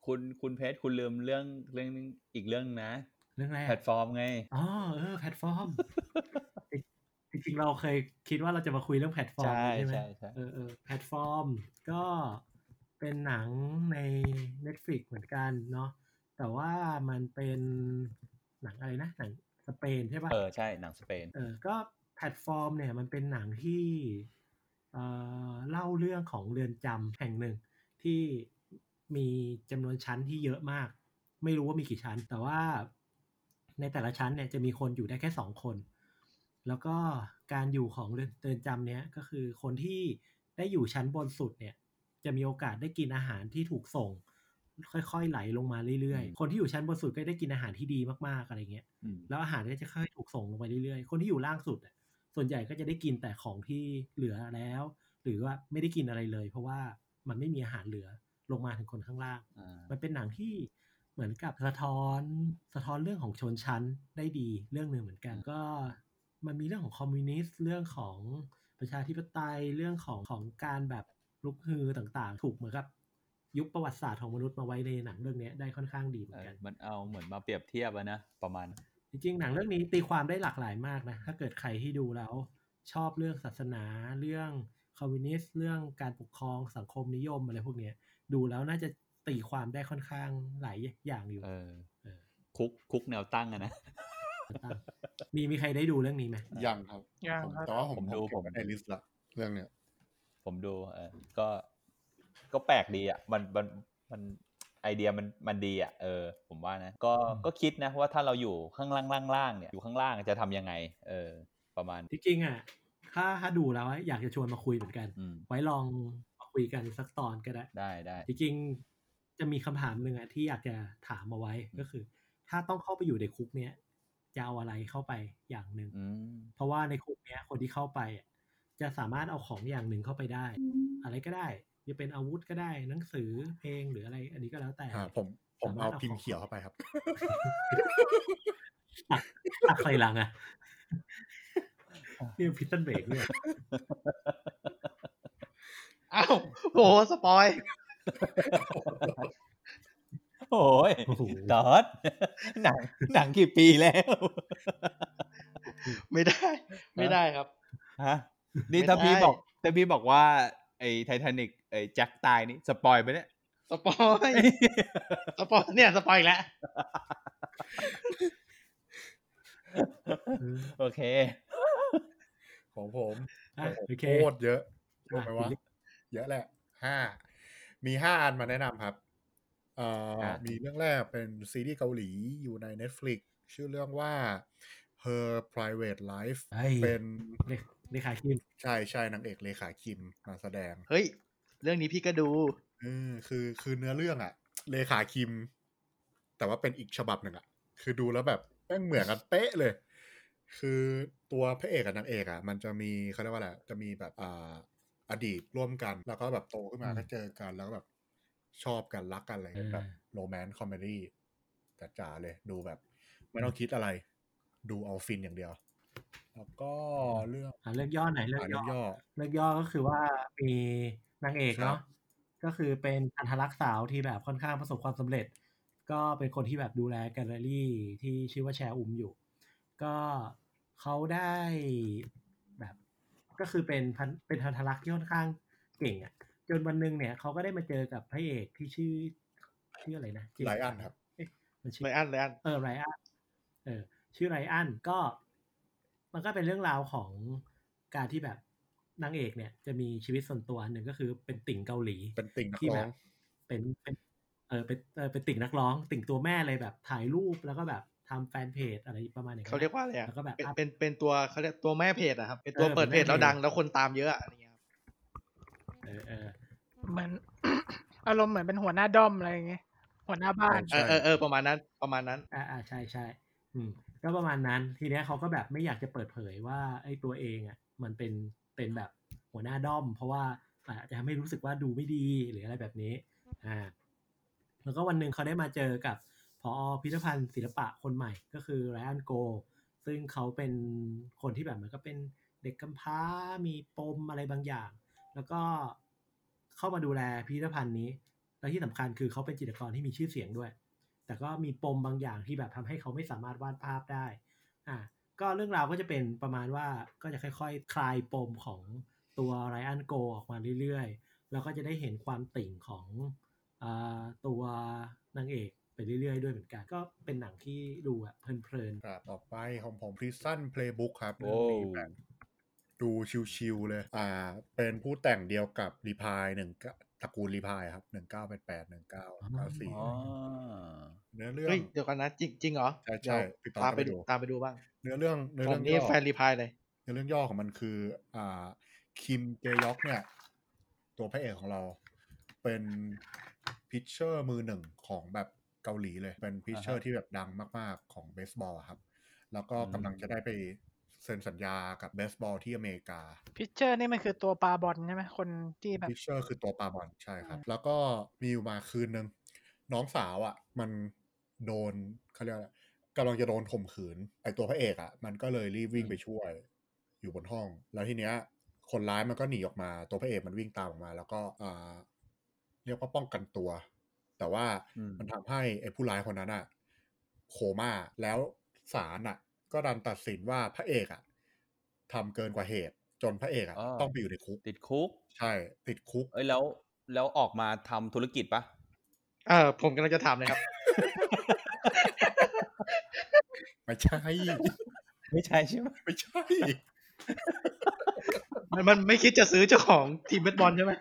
คุณคุณเพชรคุณลืมเรื่องเรื่องอีกเรื่องนะเรื่องอะไรแพลตฟอร์มไงอ๋อเออแพลตฟอร์มจริงๆเราเคยคิดว่าเราจะมาคุยเรื่องแพลตฟอร์มใช่ไหมเออเออแพลตฟอร์มก็เป็นหนังใน Netflix เหมือนกันเนาะแต่ว่ามันเป็นหนังอะไรนะหนังสเปนใช่ป่ะเออใช่หนังสเปนเออก็แพลตฟอร์มเนี่ยมันเป็นหนังที่เอ่อเล่าเรื่องของเรือนจำแห่งหนึ่งที่มีจำนวนชั้นที่เยอะมากไม่รู้ว่ามีกี่ชั้นแต่ว่าในแต่ละชั้นเนี่ยจะมีคนอยู่ได้แค่สองคนแล้วก็การอยู่ของเรือนจำเนี้ยก็คือคนที่ได้อยู่ชั้นบนสุดเนี่ยจะมีโอกาสได้กินอาหารที่ถูกส่งค่อยๆไหลลงมาเรื่อยๆคนที่อยู่ชั้นบนสุดก็ได้กินอาหารที่ดีมากๆอะไรเงี้ยแล้วอาหารก็จะค่อยๆถูกส่งลงไปเรื่อยๆคนที่อยู่ล่างสุดส่วนใหญ่ก็จะได้กินแต่ของที่เหลือแล้วหรือว่าไม่ได้กินอะไรเลยเพราะว่ามันไม่มีอาหารเหลือลงมาถึงคนข้างล่างมันเป็นหนังที่เหมือนกับสะท้อนสะท้อนเรื่องของชนชั้นได้ดีเรื่องนึงเหมือนกันก็มันมีเรื่องของคอมมิวนิสต์เรื่องของประชาธิปไตยเรื่องของของการแบบลุกฮือต่างๆถูกเหมือนกับยุคประวัติศาสตร์ของมนุษย์มาไว้ในหนังเรื่องนี้ได้ค่อนข้างดีเหมือนกันมันเอาเหมือนมาเปรียบเทียบนะประมาณจริงๆหนังเรื่องนี้ตีความได้หลากหลายมากนะถ้าเกิดใครที่ดูแล้วชอบเรื่องศาสนาเรื่องคอมมิวนิสต์เรื่องการปกครองสังคมนิยมอะไรพวกนี้ดูแล้วน่าจะตีความได้ค่อนข้างหลายอย่างอยู่เออเออคุกคุกแนวตั้งอะนะมีมีใครได้ดูเรื่องนี้ไหมยังครับยังแต่ว่าผมดูผมในลิสต์ละเรื่องเนี้ยผมดูเออก็ก็แปลกดีอ่ะมันมันมันไอเดียมันมันดีอ่ะเออผมว่านะก็ก็คิดนะว่าถ้าเราอยู่ข้างล่างๆเนี่ยอยู่ข้างล่างจะทำยังไงเออประมาณที่จริงอ่ะถ้าถ้าดูแล้วอยากจะชวนมาคุยเหมือนกันไว้ลองมาคุยกันสักตอนก็ได้ได้ได้จริงๆจะมีคำถามหนึ่งอ่ะที่อยากจะถามเอาไว้ก็คือถ้าต้องเข้าไปอยู่ในคุกเนี้ยจะเอาอะไรเข้าไปอย่างหนึ่งเพราะว่าในคุกเนี้ยคนที่เข้าไปจะสามารถเอาของอย่างหนึ่งเข้าไปได้อะไรก็ได้จะเป็นอาวุธก็ได้หนังสือเพลงหรืออะไรอันนี้ก็แล้วแต่ผมผมเอาพิมพ์เขียวเข้าไปครับตักตักใส่ลังอ่ะนี่พิซซันเบรกเนี่ยอ้าวโหสปอยโอ้ยดอดหนังหนังกี่ปีแล้วไม่ได้ไม่ได้ครับฮะนี่ถ้าพี่บอกแต่พี่บอกว่าไอ้ไททานิกไอ้แจ็คตายนี่สปอยไปเนี่ยสปอยสปอยเนี่ยสปอยแล้วโอเคของผมโคตรเยอะใช่ไหมวะเยอะแหละห้ามีห้าอันมาแนะนำครับเอ่อมีเรื่องแรกเป็นซีรีส์เกาหลีอยู่ใน Netflix ชื่อเรื่องว่า Her Private Life เป็นเลขาคิมใช่ใช่นางเอกเลขาคิมมาแสดงเฮ้ยเรื่องนี้พี่ก็ดูเออคือคือเนื้อเรื่องอะเลขาคิมแต่ว่าเป็นอีกฉบับหนึ่งอะคือดูแล้วแบบแม่งเหมือนกันเป๊ะเลยคือตัวพระเอกกับนางเอกอะมันจะมีเขาเรียกว่าอะไรจะมีแบบอ่าอดีตร่วมกันแล้วก็แบบโตขึ้นมาก็เจอกันแล้วก็แบบชอบกันรักกันอะไรแบบโรแมนต์คอมเมดี้จ๋าๆเลยดูแบบไม่ต้องคิดอะไรดูเอาฟินอย่างเดียวแล้วก็เรื่องอ่าเรื่องย่อไหนเรื่องย่อเรื่องย่อก็คือว่ามีนางเอกเนาะก็คือเป็นพันธรักษ์สาวที่แบบค่อนข้างประสบความสำเร็จก็เป็นคนที่แบบดูแลแกลเลอรี่ที่ชื่อว่าแชร์อุมอยู่ก็เขาได้แบบก็คือเป็นพันเป็นพันธรักษ์ที่ค่อนข้างเก่งอ่ะจนวันนึงเนี่ยเขาก็ได้มาเจอกับพระเอกที่ชื่อชื่ออะไรนะไรอันครับเอ๊ะมันชื่อไรอันไรอันเออไรอันเออชื่อไรอันก็มันก็เป็นเรื่องราวของการที่แบบนางเอกเนี่ยจะมีชีวิตส่วนตัวหนึ่งก็คือเป็นติ่งเกาหลีเป็นติ่งนักร้องเป็นเป็นเออเป็นเออเป็นติ่งนักร้องติ่งตัวแม่เลยแบบถ่ายรูปแล้วก็แบบทำแฟนเพจอะไรประมาณนี้เขาเรียกว่าอะไรอ่ะแล้วก็แบบเป็นเป็นตัวเขาเรียกตัวแม่เพจอะครับเป็นตัวเปิดเพจแล้วดังแล้วคนตามเยอะอะไรเงี้ยเออเออเหมือนอารมณ์เหมือนเป็นหัวหน้าด้อมอะไรอย่างเงี้ยหัวหน้าบ้านเออเออเออประมาณนั้นประมาณนั้นอ่าอ่าใช่ใช่อืมก็ประมาณนั้นทีเนี้ยเขาก็แบบไม่อยากจะเปิดเผยว่าไอ้ตัวเองอ่ะมันเป็นเป็นแบบหัวหน้าด้อมเพราะว่าอาจจะทำให้รู้สึกว่าดูไม่ดีหรืออะไรแบบนี้อ่าแล้วก็วันหนึ่งเขาได้มาเจอกับผอ.พิพิธภัณฑ์ศิลปะคนใหม่ก็คือไรอันโกซึ่งเขาเป็นคนที่แบบเหมือนก็เป็นเด็กกำพร้ามีปมอะไรบางอย่างแล้วก็เข้ามาดูแลพิพิธภัณฑ์นี้และที่สำคัญคือเขาเป็นจิตรกรที่มีชื่อเสียงด้วยแต่ก็มีปมบางอย่างที่แบบทำให้เขาไม่สามารถวาดภาพได้อ่ะก็เรื่องราวก็จะเป็นประมาณว่าก็จะค่อยๆคลายปมของตัวไรอันโกออกมาเรื่อยๆแล้วก็จะได้เห็นความติ่งของอ่าตัวนางเอกไปเรื่อยๆด้วยเหมือนกันก็เป็นหนังที่ดูอะเพลินๆครับต่อไปของผม Prison Playbook ครับเรื่องนี้แบบดูชิวๆเลยอ่าเป็นผู้แต่งเดียวกับรีพายหนึ่งตระกูลรีพายครับหนึ่งเก้าแปดแปด หนึ่งเก้าเก้าสี่อ๋อเนื้อเรื่องเฮ้ยเดี๋ยวกันนะจริงจริงเหรอใช่ๆตามไปดูตามไปดูบ้างเนื้อเรื่องเนื้อเรื่องนี้แฟนรีพายเลยเนื้อเรื่องย่อของมันคืออ่าคิมเจยอกเนี่ยตัวพระเอกของเราเป็นพิชเชอร์มือหนึ่งของแบบเกาหลีเลยเป็นพิชเชอร์ที่แบบดังมากๆของเบสบอลครับแล้วก็กำลังจะได้ไปเซ็นสัญญากับเบสบอลที่อเมริกาพิชเชอร์นี่มันคือตัวปาบอลใช่ไหมคนที่แบบพิชเชอร์คือตัวปาบอลใช่ครับแล้วก็มีอยู่มาคืนนึงน้องสาวอ่ะมันโดนเขาเรียกอะไรกำลังจะโดนข่มขืนไอตัวพระเอกอ่ะมันก็เลยรีบวิ่งไปช่วยอยู่บนห้องแล้วทีเนี้ยคนร้ายมันก็หนีออกมาตัวพระเอกมันวิ่งตามออกมาแล้วก็อ่าเรียกว่าป้องกันตัวแต่ว่ามันทำให้ไอ้ผู้ร้ายคนนั้นอ่ะโคม่าแล้วศาลอ่ะก็ดันตัดสินว่าพระเอกอ่ะทำเกินกว่าเหตุจนพระเอกอ่ะต้องไปอยู่ในคุกติดคุกใช่ติดคุกเอ้ยแล้วแล้วออกมาทำธุรกิจปะเออผมกำลังจะถามเลยครับไม่ใช่ไม่ใช่ใช่ไหมไม่ใช่มันมันไม่คิดจะซื้อเจ้าของทีมเบสบอลใช่ไหม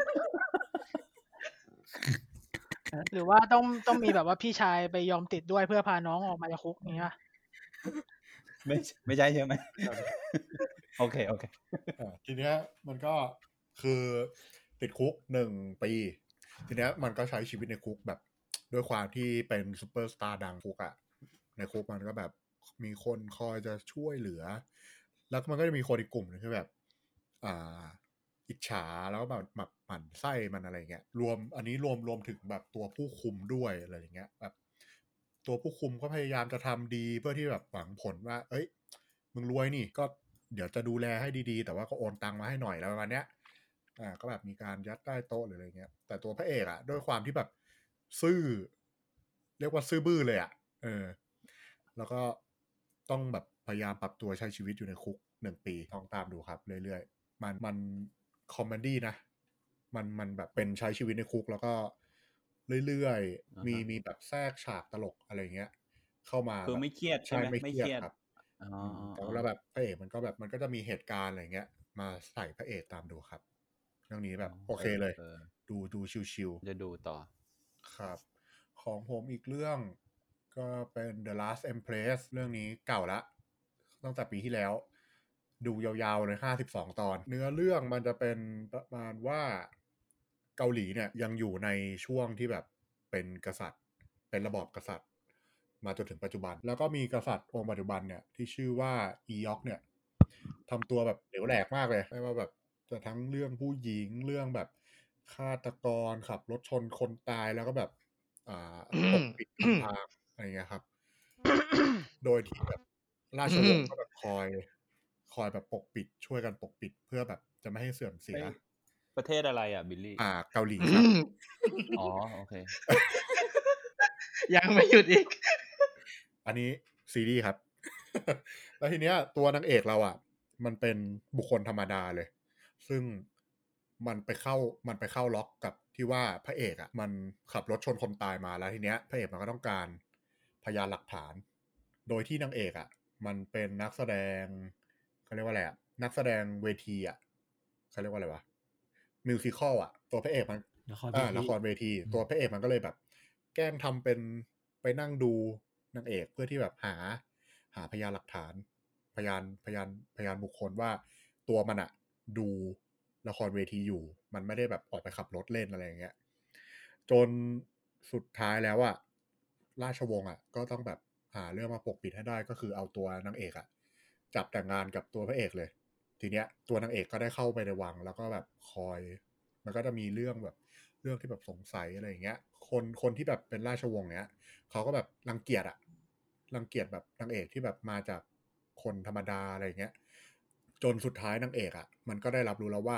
หรือว่าต้องต้องมีแบบว่าพี่ชายไปยอมติดด้วยเพื่อพาน้องออกมาจากคุกนี้ป่ะไม่ไม่ใช่ใช่ไหมโอเคโอเคทีเนี้ยมันก็คือติดคุกหนึ่งปีทีเนี้ยมันก็ใช้ชีวิตในคุกแบบด้วยความที่เป็นซูเปอร์สตาร์ดังคุกอะในคุกมันก็แบบมีคนคอยจะช่วยเหลือแล้วมันก็จะมีคนอีกกลุ่มนึงที่แบบอ่าอิจฉาแล้วก็แบบแบบหมั่นไส้มันอะไรเงี้ยรวมอันนี้รวมรวมถึงแบบตัวผู้คุมด้วยอะไรอย่างเงี้ยแบบตัวผู้คุมก็พยายามจะทำดีเพื่อที่แบบหวังผลว่าเอ้ยมึงรวยนี่ก็เดี๋ยวจะดูแลให้ดีๆแต่ว่าก็โอนตังมาให้หน่อยแล้วประมาณเนี้ยอ่าก็แบบมีการยัดใต้โต๊ะหรืออะไรเงี้ยแต่ตัวพระเอกอะด้วยความที่แบบซื่อเรียกว่าซื่อบื้อเลยอะเออแล้วก็ต้องแบบพยายามปรับตัวใช้ชีวิตอยู่ในคุกหนึ่งปีต้องตามดูครับเรื่อยๆมันมันคอมเมดี้นะมันมันแบบเป็นใช้ชีวิตในคุกแล้วก็เรื่อยๆมีมีแบบแทรกฉากตลกอะไรเงี้ยเข้ามาคือไม่เครียดใช่ไหมไม่เครียดครับแต่ว่าแบบพระเอกมันก็แบบมันก็จะมีเหตุการณ์อะไรเงี้ยมาใส่พระเอกตามดูครับเรื่องนี้แบบโอเคเลยดูดูชิวๆจะดูต่อครับของผมอีกเรื่องก็เป็น The Last Empress เรื่องนี้เก่าละตั้งแต่ปีที่แล้วดูยาวๆเลยห้าสิบสองตอนเนื้อเรื่องมันจะเป็นประมาณว่าเกาหลีเนี่ยยังอยู่ในช่วงที่แบบเป็นกษัตริย์เป็นระบอบกษัตริย์มาจนถึงปัจจุบันแล้วก็มีกษัตริย์องค์ปัจจุบันเนี่ยที่ชื่อว่าอียอกเนี่ยทำตัวแบบเหลวแหลกมากเลยไม่ว่าแบบจะทั้งเรื่องผู้หญิงเรื่องแบบฆาตกรขับรถชนคนตายแล้วก็แบบอ่าปกปิดทางอะไรเงี้ยครับโดยที่แบบราชวงศ์ก็แบบคอยคอยแบบปกปิดช่วยกันปกปิดเพื่อแบบจะไม่ให้เสื่อมเสียประเทศอะไรอ่ะบิลลี่อ่าเกาหลีครับอ๋อโอเคยังไม่หยุดอีกอันนี้ซีรีส์ครับแล้วทีเนี้ยตัวนางเอกเราอ่ะมันเป็นบุคคลธรรมดาเลยซึ่งมันไปเข้ามันไปเข้าล็อกกับที่ว่าพระเอกอ่ะมันขับรถชนคนตายมาแล้วทีเนี้ยพระเอกมันก็ต้องการพยานหลักฐานโดยที่นางเอกอ่ะมันเป็นนักแสดงเขาเรียกว่าอะไรอ่ะนักแสดงเวทีอ่ะเขาเรียกว่าอะไรวะมิวสิคอลอ่ะตัวพระเอกมันอ่าละครเวทีตัวพระเอกมันก็เลยแบบแกล้งทำเป็นไปนั่งดูนางเอกเพื่อที่แบบหาหาพยานหลักฐานพยานพยานพยานบุคคลว่าตัวมันอะดูละครเวทีอยู่มันไม่ได้แบบออกไปขับรถเล่นอะไรอย่างเงี้ยจนสุดท้ายแล้วอะราชวงศ์อะก็ต้องแบบหาเรื่องมาปกปิดให้ได้ก็คือเอาตัวนางเอกอะจับแต่งงานกับตัวพระเอกเลยทีเนี้ยตัวนางเอกก็ได้เข้าไปในวังแล้วก็แบบคอยมันก็จะมีเรื่องแบบเรื่องที่แบบสงสัยอะไรอย่างเงี้ยคนคนที่แบบเป็นราชวงศ์เนี้ยเขาก็แบบรังเกียจอะรังเกียจแบบนางเอกที่แบบมาจากคนธรรมดาอะไรอย่างเงี้ยจนสุดท้ายนางเอกอะมันก็ได้รับรู้แล้วว่า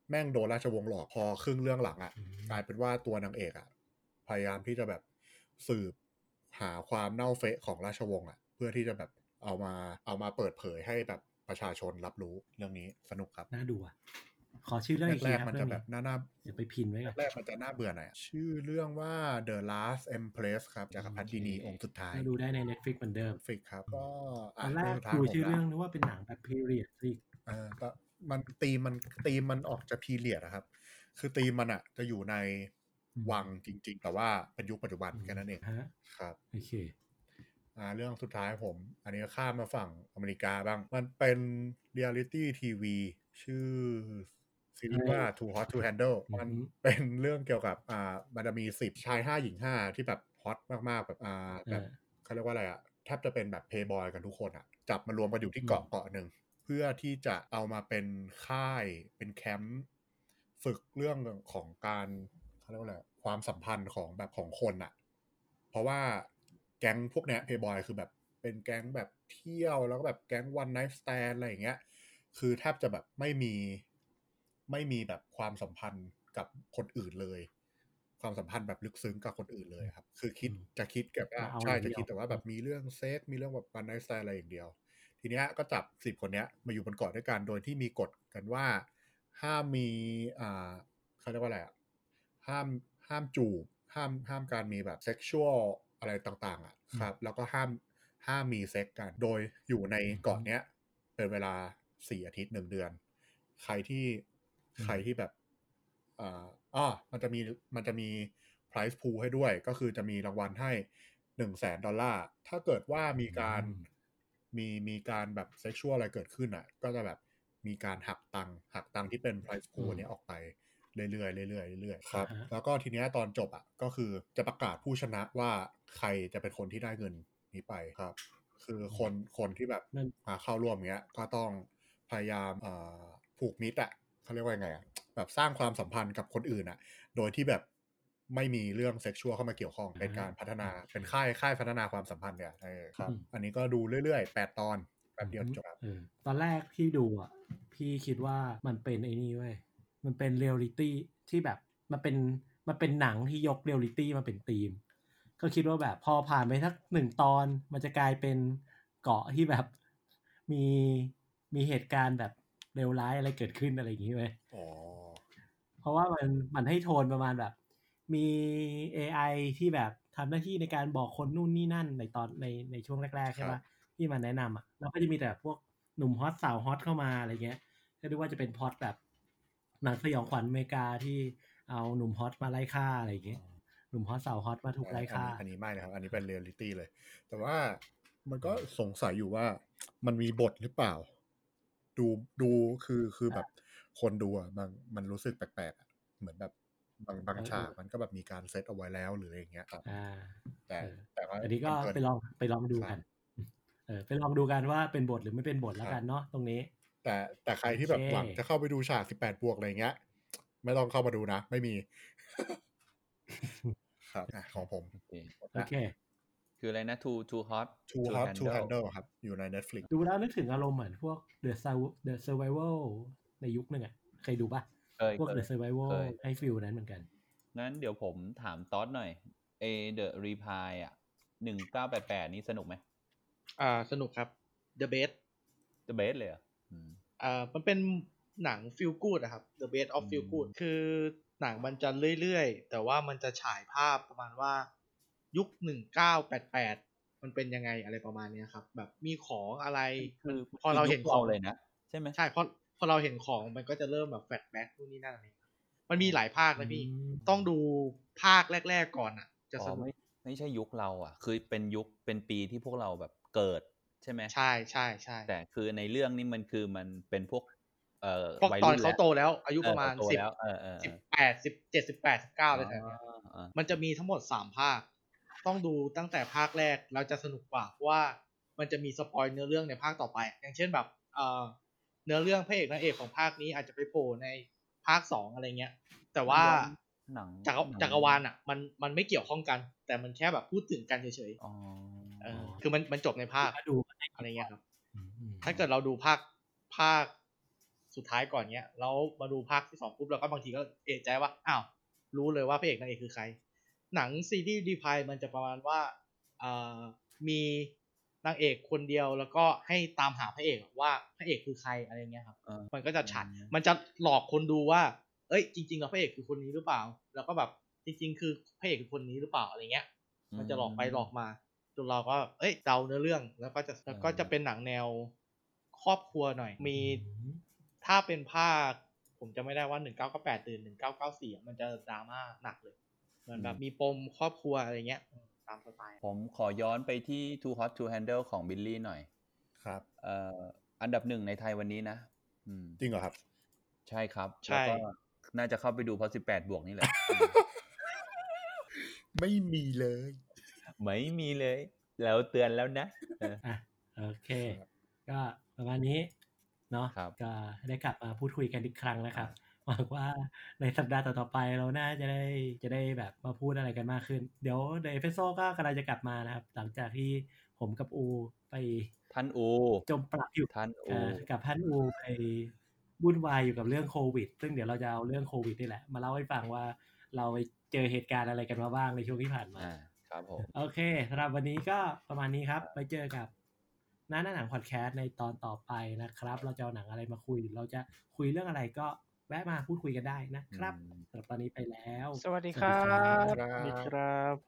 แม่งโดนราชวงศ์หลอกพอครึ่งเรื่องหลังอ่ะกลายเป็นว่าตัวนางเอกอ่ะพยายามที่จะแบบสืบหาความเน่าเฟะของราชวงศ์อ่ะเพื่อที่จะแบบเอามาเอามาเปิดเผยให้แบบประชาชนรับรู้เรื่องนี้สนุกครับน่าดูอ่ะขอชื่อเรื่องอีกทีครับแรกมันจะแบบน่าน่าเดี๋ยวไปพินไว้กันแรกมันจะน่าเบื่อหน่อยชื่อเรื่องว่า The Last Empress ครับจากพัฒนีองค์สุดท้ายดูได้ใน Netflix เหมือนเดิม Netflix ครับก็ตอนแรกดูชื่อเรื่องนึกว่าเป็นหนังแบบ period สิเออแต่มันธีมมันธีมมันออกจะ period นะครับคือธีมมันอ่ะจะอยู่ในวังจริงๆแต่ว่าเป็นยุคปัจจุบันแค่นั้นเองครับโอเคอ่าเรื่องสุดท้ายผมอันนี้ก็ข้ามมาฝั่งอเมริกาบ้างมันเป็น reality ที วี ชื่อซีรีส์ว่า Too Hot to Handle มันเป็นเรื่องเกี่ยวกับอ่ามันจะมีสิบชายห้าหญิงห้าที่แบบฮอตมากๆแบบอ่าแบบเขาเรียกว่าอะไรอ่ะแทบจะเป็นแบบเพย์บอยกันทุกคนอ่ะจับมารวมกันอยู่ที่เกาะเกาะหนึ่งเพื่อที่จะเอามาเป็นค่ายเป็นแคมป์ฝึกเรื่องของการเขาเรียกว่าอะไรความสัมพันธ์ของแบบของคนอ่ะเพราะว่าแก๊งพวกเนี้ยเพย์บอยคือแบบเป็นแก๊งแบบเที่ยวแล้วก็แบบแก๊งวันไนท์สแตนอะไรอย่างเงี้ยคือแทบจะแบบไม่มีไม่มีแบบความสัมพันธ์กับคนอื่นเลยความสัมพันธ์แบบลึกซึ้งกับคนอื่นเลยครับคือคิดจะคิดแบบว่าใช่จะคิดแต่ว่าแบบมีเรื่องเซ็กมีเรื่องแบบวันไนท์สแตนอะไรอย่างเดียวทีเนี้ยก็จับสิบคนเนี้ยมาอยู่บนเกาะด้วยกันโดยที่มีกฎกันว่าห้ามมีอ่าเขาเรียกว่าอะไรอ่ะห้ามห้ามจูบห้ามห้ามการมีแบบเซ็กชวลอะไรต่างๆอ่ะครับแล้วก็ห้ามห้ามมีเซ็กกันโดยอยู่ในเกาะเนี้ยเป็นเวลาสี่อาทิตย์หนึ่งเดือนใครที่ใครที่แบบอ่าอ้อมันจะมีมันจะมี prize pool ให้ด้วยก็คือจะมีรางวัลให้หนึ่งแสนดอลลาร์ถ้าเกิดว่ามีการมีมีการแบบเซ็กชวลอะไรเกิดขึ้นอ่ะก็จะแบบมีการหักตังค์หักตังค์ที่เป็น prize pool นี้ออกไปเรื่อยๆเรื่อยๆเรื่อยๆครับแล้วก็ทีเนี้ยตอนจบอ่ะก็คือจะประกาศผู้ชนะว่าใครจะเป็นคนที่ได้เงินนี้ไปครับคือคนคนที่แบบมาเข้าร่วมเงี้ยก็ต้องพยายามเอ่อผูกมิตรอ่ะเขาเรียกว่าไงอ่ะแบบสร้างความสัมพันธ์กับคนอื่นอ่ะโดยที่แบบไม่มีเรื่องเซ็กชวลเข้ามาเกี่ยวข้องเป็นการพัฒนาเป็นค่ายค่ายพัฒนาความสัมพันธ์เนี่ยครับอันนี้ก็ดูเรื่อยๆแปดตอนแป๊บเดียวจบเออตอนแรกที่ดูอ่ะพี่คิดว่ามันเป็นไอ้นี่เว้ยมันเป็นเรียลลิตี้ที่แบบมันเป็นมันเป็นหนังที่ยกเรียลลิตี้มาเป็นธีมก็คิดว่าแบบพอผ่านไปสักหนึ่งตอนมันจะกลายเป็นเกาะที่แบบมีมีเหตุการณ์แบบเลวร้ายอะไรเกิดขึ้นอะไรอย่างนี้เว้ยอ๋อเพราะว่ามันมันให้โทนประมาณแบบมี เอ ไอ ที่แบบทำหน้าที่ในการบอกคนนู่นนี่นั่นในตอนในในช่วงแรกๆใช่ปะที่มันแนะนำอ่ะแล้วก็จะมีแต่พวกหนุ่มฮอตสาวฮอตเข้ามาอะไรเงี้ยก็ดูว่าจะเป็นพล็อตแบบหนังสยองขวัญอเมริกาที่เอาหนุ่มฮอตมาไล่ฆ่าอะไรอย่างเงี้ยหนุ่มฮอตสาวฮอตมาถูกไล่ฆ่าอันนี้ไม่นะครับอันนี้เป็นเรียลลิตี้เลยแต่ว่ามันก็สงสัยอยู่ว่ามันมีบทหรือเปล่าดูดูคือคือแบบคนดูอ่ะบางมันรู้สึกแปลกๆเหมือนแบบบางบางฉากมันก็แบบมีการเซตเอาไว้แล้วหรืออะไรอย่างเงี้ยครับแต่แต่ว่าอันนี้ก็ไปลองไปลองดูกันเออไปลองดูกันว่าเป็นบทหรือไม่เป็นบทแล้วกันเนาะตรงนี้แต่แต่ใครที่แบบหวังจะเข้าไปดูฉากสิบแปดบวกอะไรเงี้ยไม่ต้องเข้ามาดูนะไม่มีครับของผมโอเคคืออะไรนะ Too Too Hot Too Hot to Handle ครับอยู่ใน Netflix ดูแล้วนึกถึงอารมณ์เหมือนพวก The The Survival ในยุคนึงอ่ะเคยดูป่ะพวก The Survival ให้ฟีลนั้นเหมือนกันงั้นเดี๋ยวผมถามต๊อดหน่อยเอ The Reply อ่ะหนึ่งเก้าแปดแปดนี่สนุกไหมอ่าสนุกครับ The Best The Best เลยอ่ะอ่ามันเป็นหนัง Feel Good อะครับ The Best of Feel Good คือหนังมันจะเรื่อยๆแต่ว่ามันจะฉายภาพประมาณว่ายุคหนึ่งเก้าแปดแปดมันเป็นยังไงอะไรประมาณนี้ครับแบบมีของอะไรคือพอเราเห็นของเลยนะใช่ไหมใช่พอพอเราเห็นของมันก็จะเริ่มแบบแฟลชแบ็กนู่นนี่นั่นอะไรมันมีหลายภาคนะพี่ต้องดูภาคแรกๆก่อนอ่ะจะสนุกไม่ไม่ใช่ยุคเราอ่ะคือเป็นยุคเป็นปีที่พวกเราแบบเกิดใช่ไหมใช่ใช่ใช่แต่คือในเรื่องนี้มันคือมันเป็นพวกเอ่อวัยรุ่นตอนเขาโตแล้วอายุประมาณสิบ สิบแปด สิบเจ็ด สิบแปด สิบเก้าอะไรแบบนี้มันจะมีทั้งหมดสามภาคต้องดูตั้งแต่ภาคแรกแล้วจะสนุกกว่าเพราะว่ามันจะมีสปอยเนื้อเรื่องในภาคต่อไปอย่างเช่นแบบเอ่อเนื้อเรื่องพระเอกนางเอกของภาคนี้อาจจะไปโผล่ในภาคสองอะไรเงี้ยแต่ว่าจักรจักรวาลอ่ะมันมันไม่เกี่ยวข้องกันแต่มันแค่แบบพูดถึงกันเฉยๆอ๋อเออคือมันมันจบในภาคอะไรเงี้ยครับถ้าเกิดเราดูภาคภาคสุดท้ายก่อนเนี้ยแล้วมาดูภาคที่สองปุ๊บเราก็บางทีก็เอะใจว่าอ้าวรู้เลยว่าพระเอกนางเอกคือใครหนังซีรีส์ดีพายมันจะประมาณว่าเอ่อมีนางเอกคนเดียวแล้วก็ให้ตามหาพระเอกว่าพระเอกคือใครอะไรเงี้ยครับมันก็จะฉัดมันจะหลอกคนดูว่าเอ้ยจริงๆแล้วพระเอกคือคนนี้หรือเปล่าแล้วก็แบบจริงๆคือพระเอกคือคนนี้หรือเปล่าอะไรเงี้ยมันจะหลอกไปหลอกมาจนเราก็เอ้ยเดาเนื้อเรื่องแล้วก็จะแล้วก็จะเป็นหนังแนวครอบครัวหน่อยมีถ้าเป็นภาคผมจะไม่ได้ว่าหนึ่งเก้าเก้าแปดหรือหนึ่งเก้าเก้าสี่มันจะดราม่าหนักเลยเหมือนแบบมีปมครอบครัวอะไรเงี้ยตามสไตล์ผมขอย้อนไปที่ Too Hot to Handle ของบิลลี่หน่อยครับเอ่ออันดับหนึ่งในไทยวันนี้นะจริงเหรอครับใช่ครับแล้วก็น่าจะเข้าไปดูเพราะสิบแปดบวกนี่แหละไม่มีเลยไม่มีเลยแล้วเตือนแล้วนะอ่ะโอเคก็ประมาณนี้เนาะก็ได้กลับมาพูดคุยกันอีกครั้งนะครับหวังว่าในสัปดาห์ต่อๆไปเราน่าจะได้จะได้แบบมาพูดอะไรกันมากขึ้นเดี๋ยวเดฟเฟโซก็กำลังจะกลับมานะครับหลังจากที่ผมกับอูไปท่านอูจมปลักอยู่ท่านอูกับท่านอูไปวุ่นวายอยู่กับเรื่องโควิดซึ่งเดี๋ยวเราจะเอาเรื่องโควิดนี่แหละมาเล่าให้ฟังว่าเราไปเจอเหตุการณ์อะไรกันมาบ้างในช่วงที่ผ่านมาครับผมโอเคสำหรับวันนี้ก็ประมาณนี้ครับไปเจอกับหน้าหน้าหนังพอดแคสต์ในตอนต่อไปนะครับเราจะเอาหนังอะไรมาคุยหรือเราจะคุยเรื่องอะไรก็แวะมาพูดคุยกันได้นะครับสำหรับตอนนี้ไปแล้วสวัสดีครับสวัสดีครับ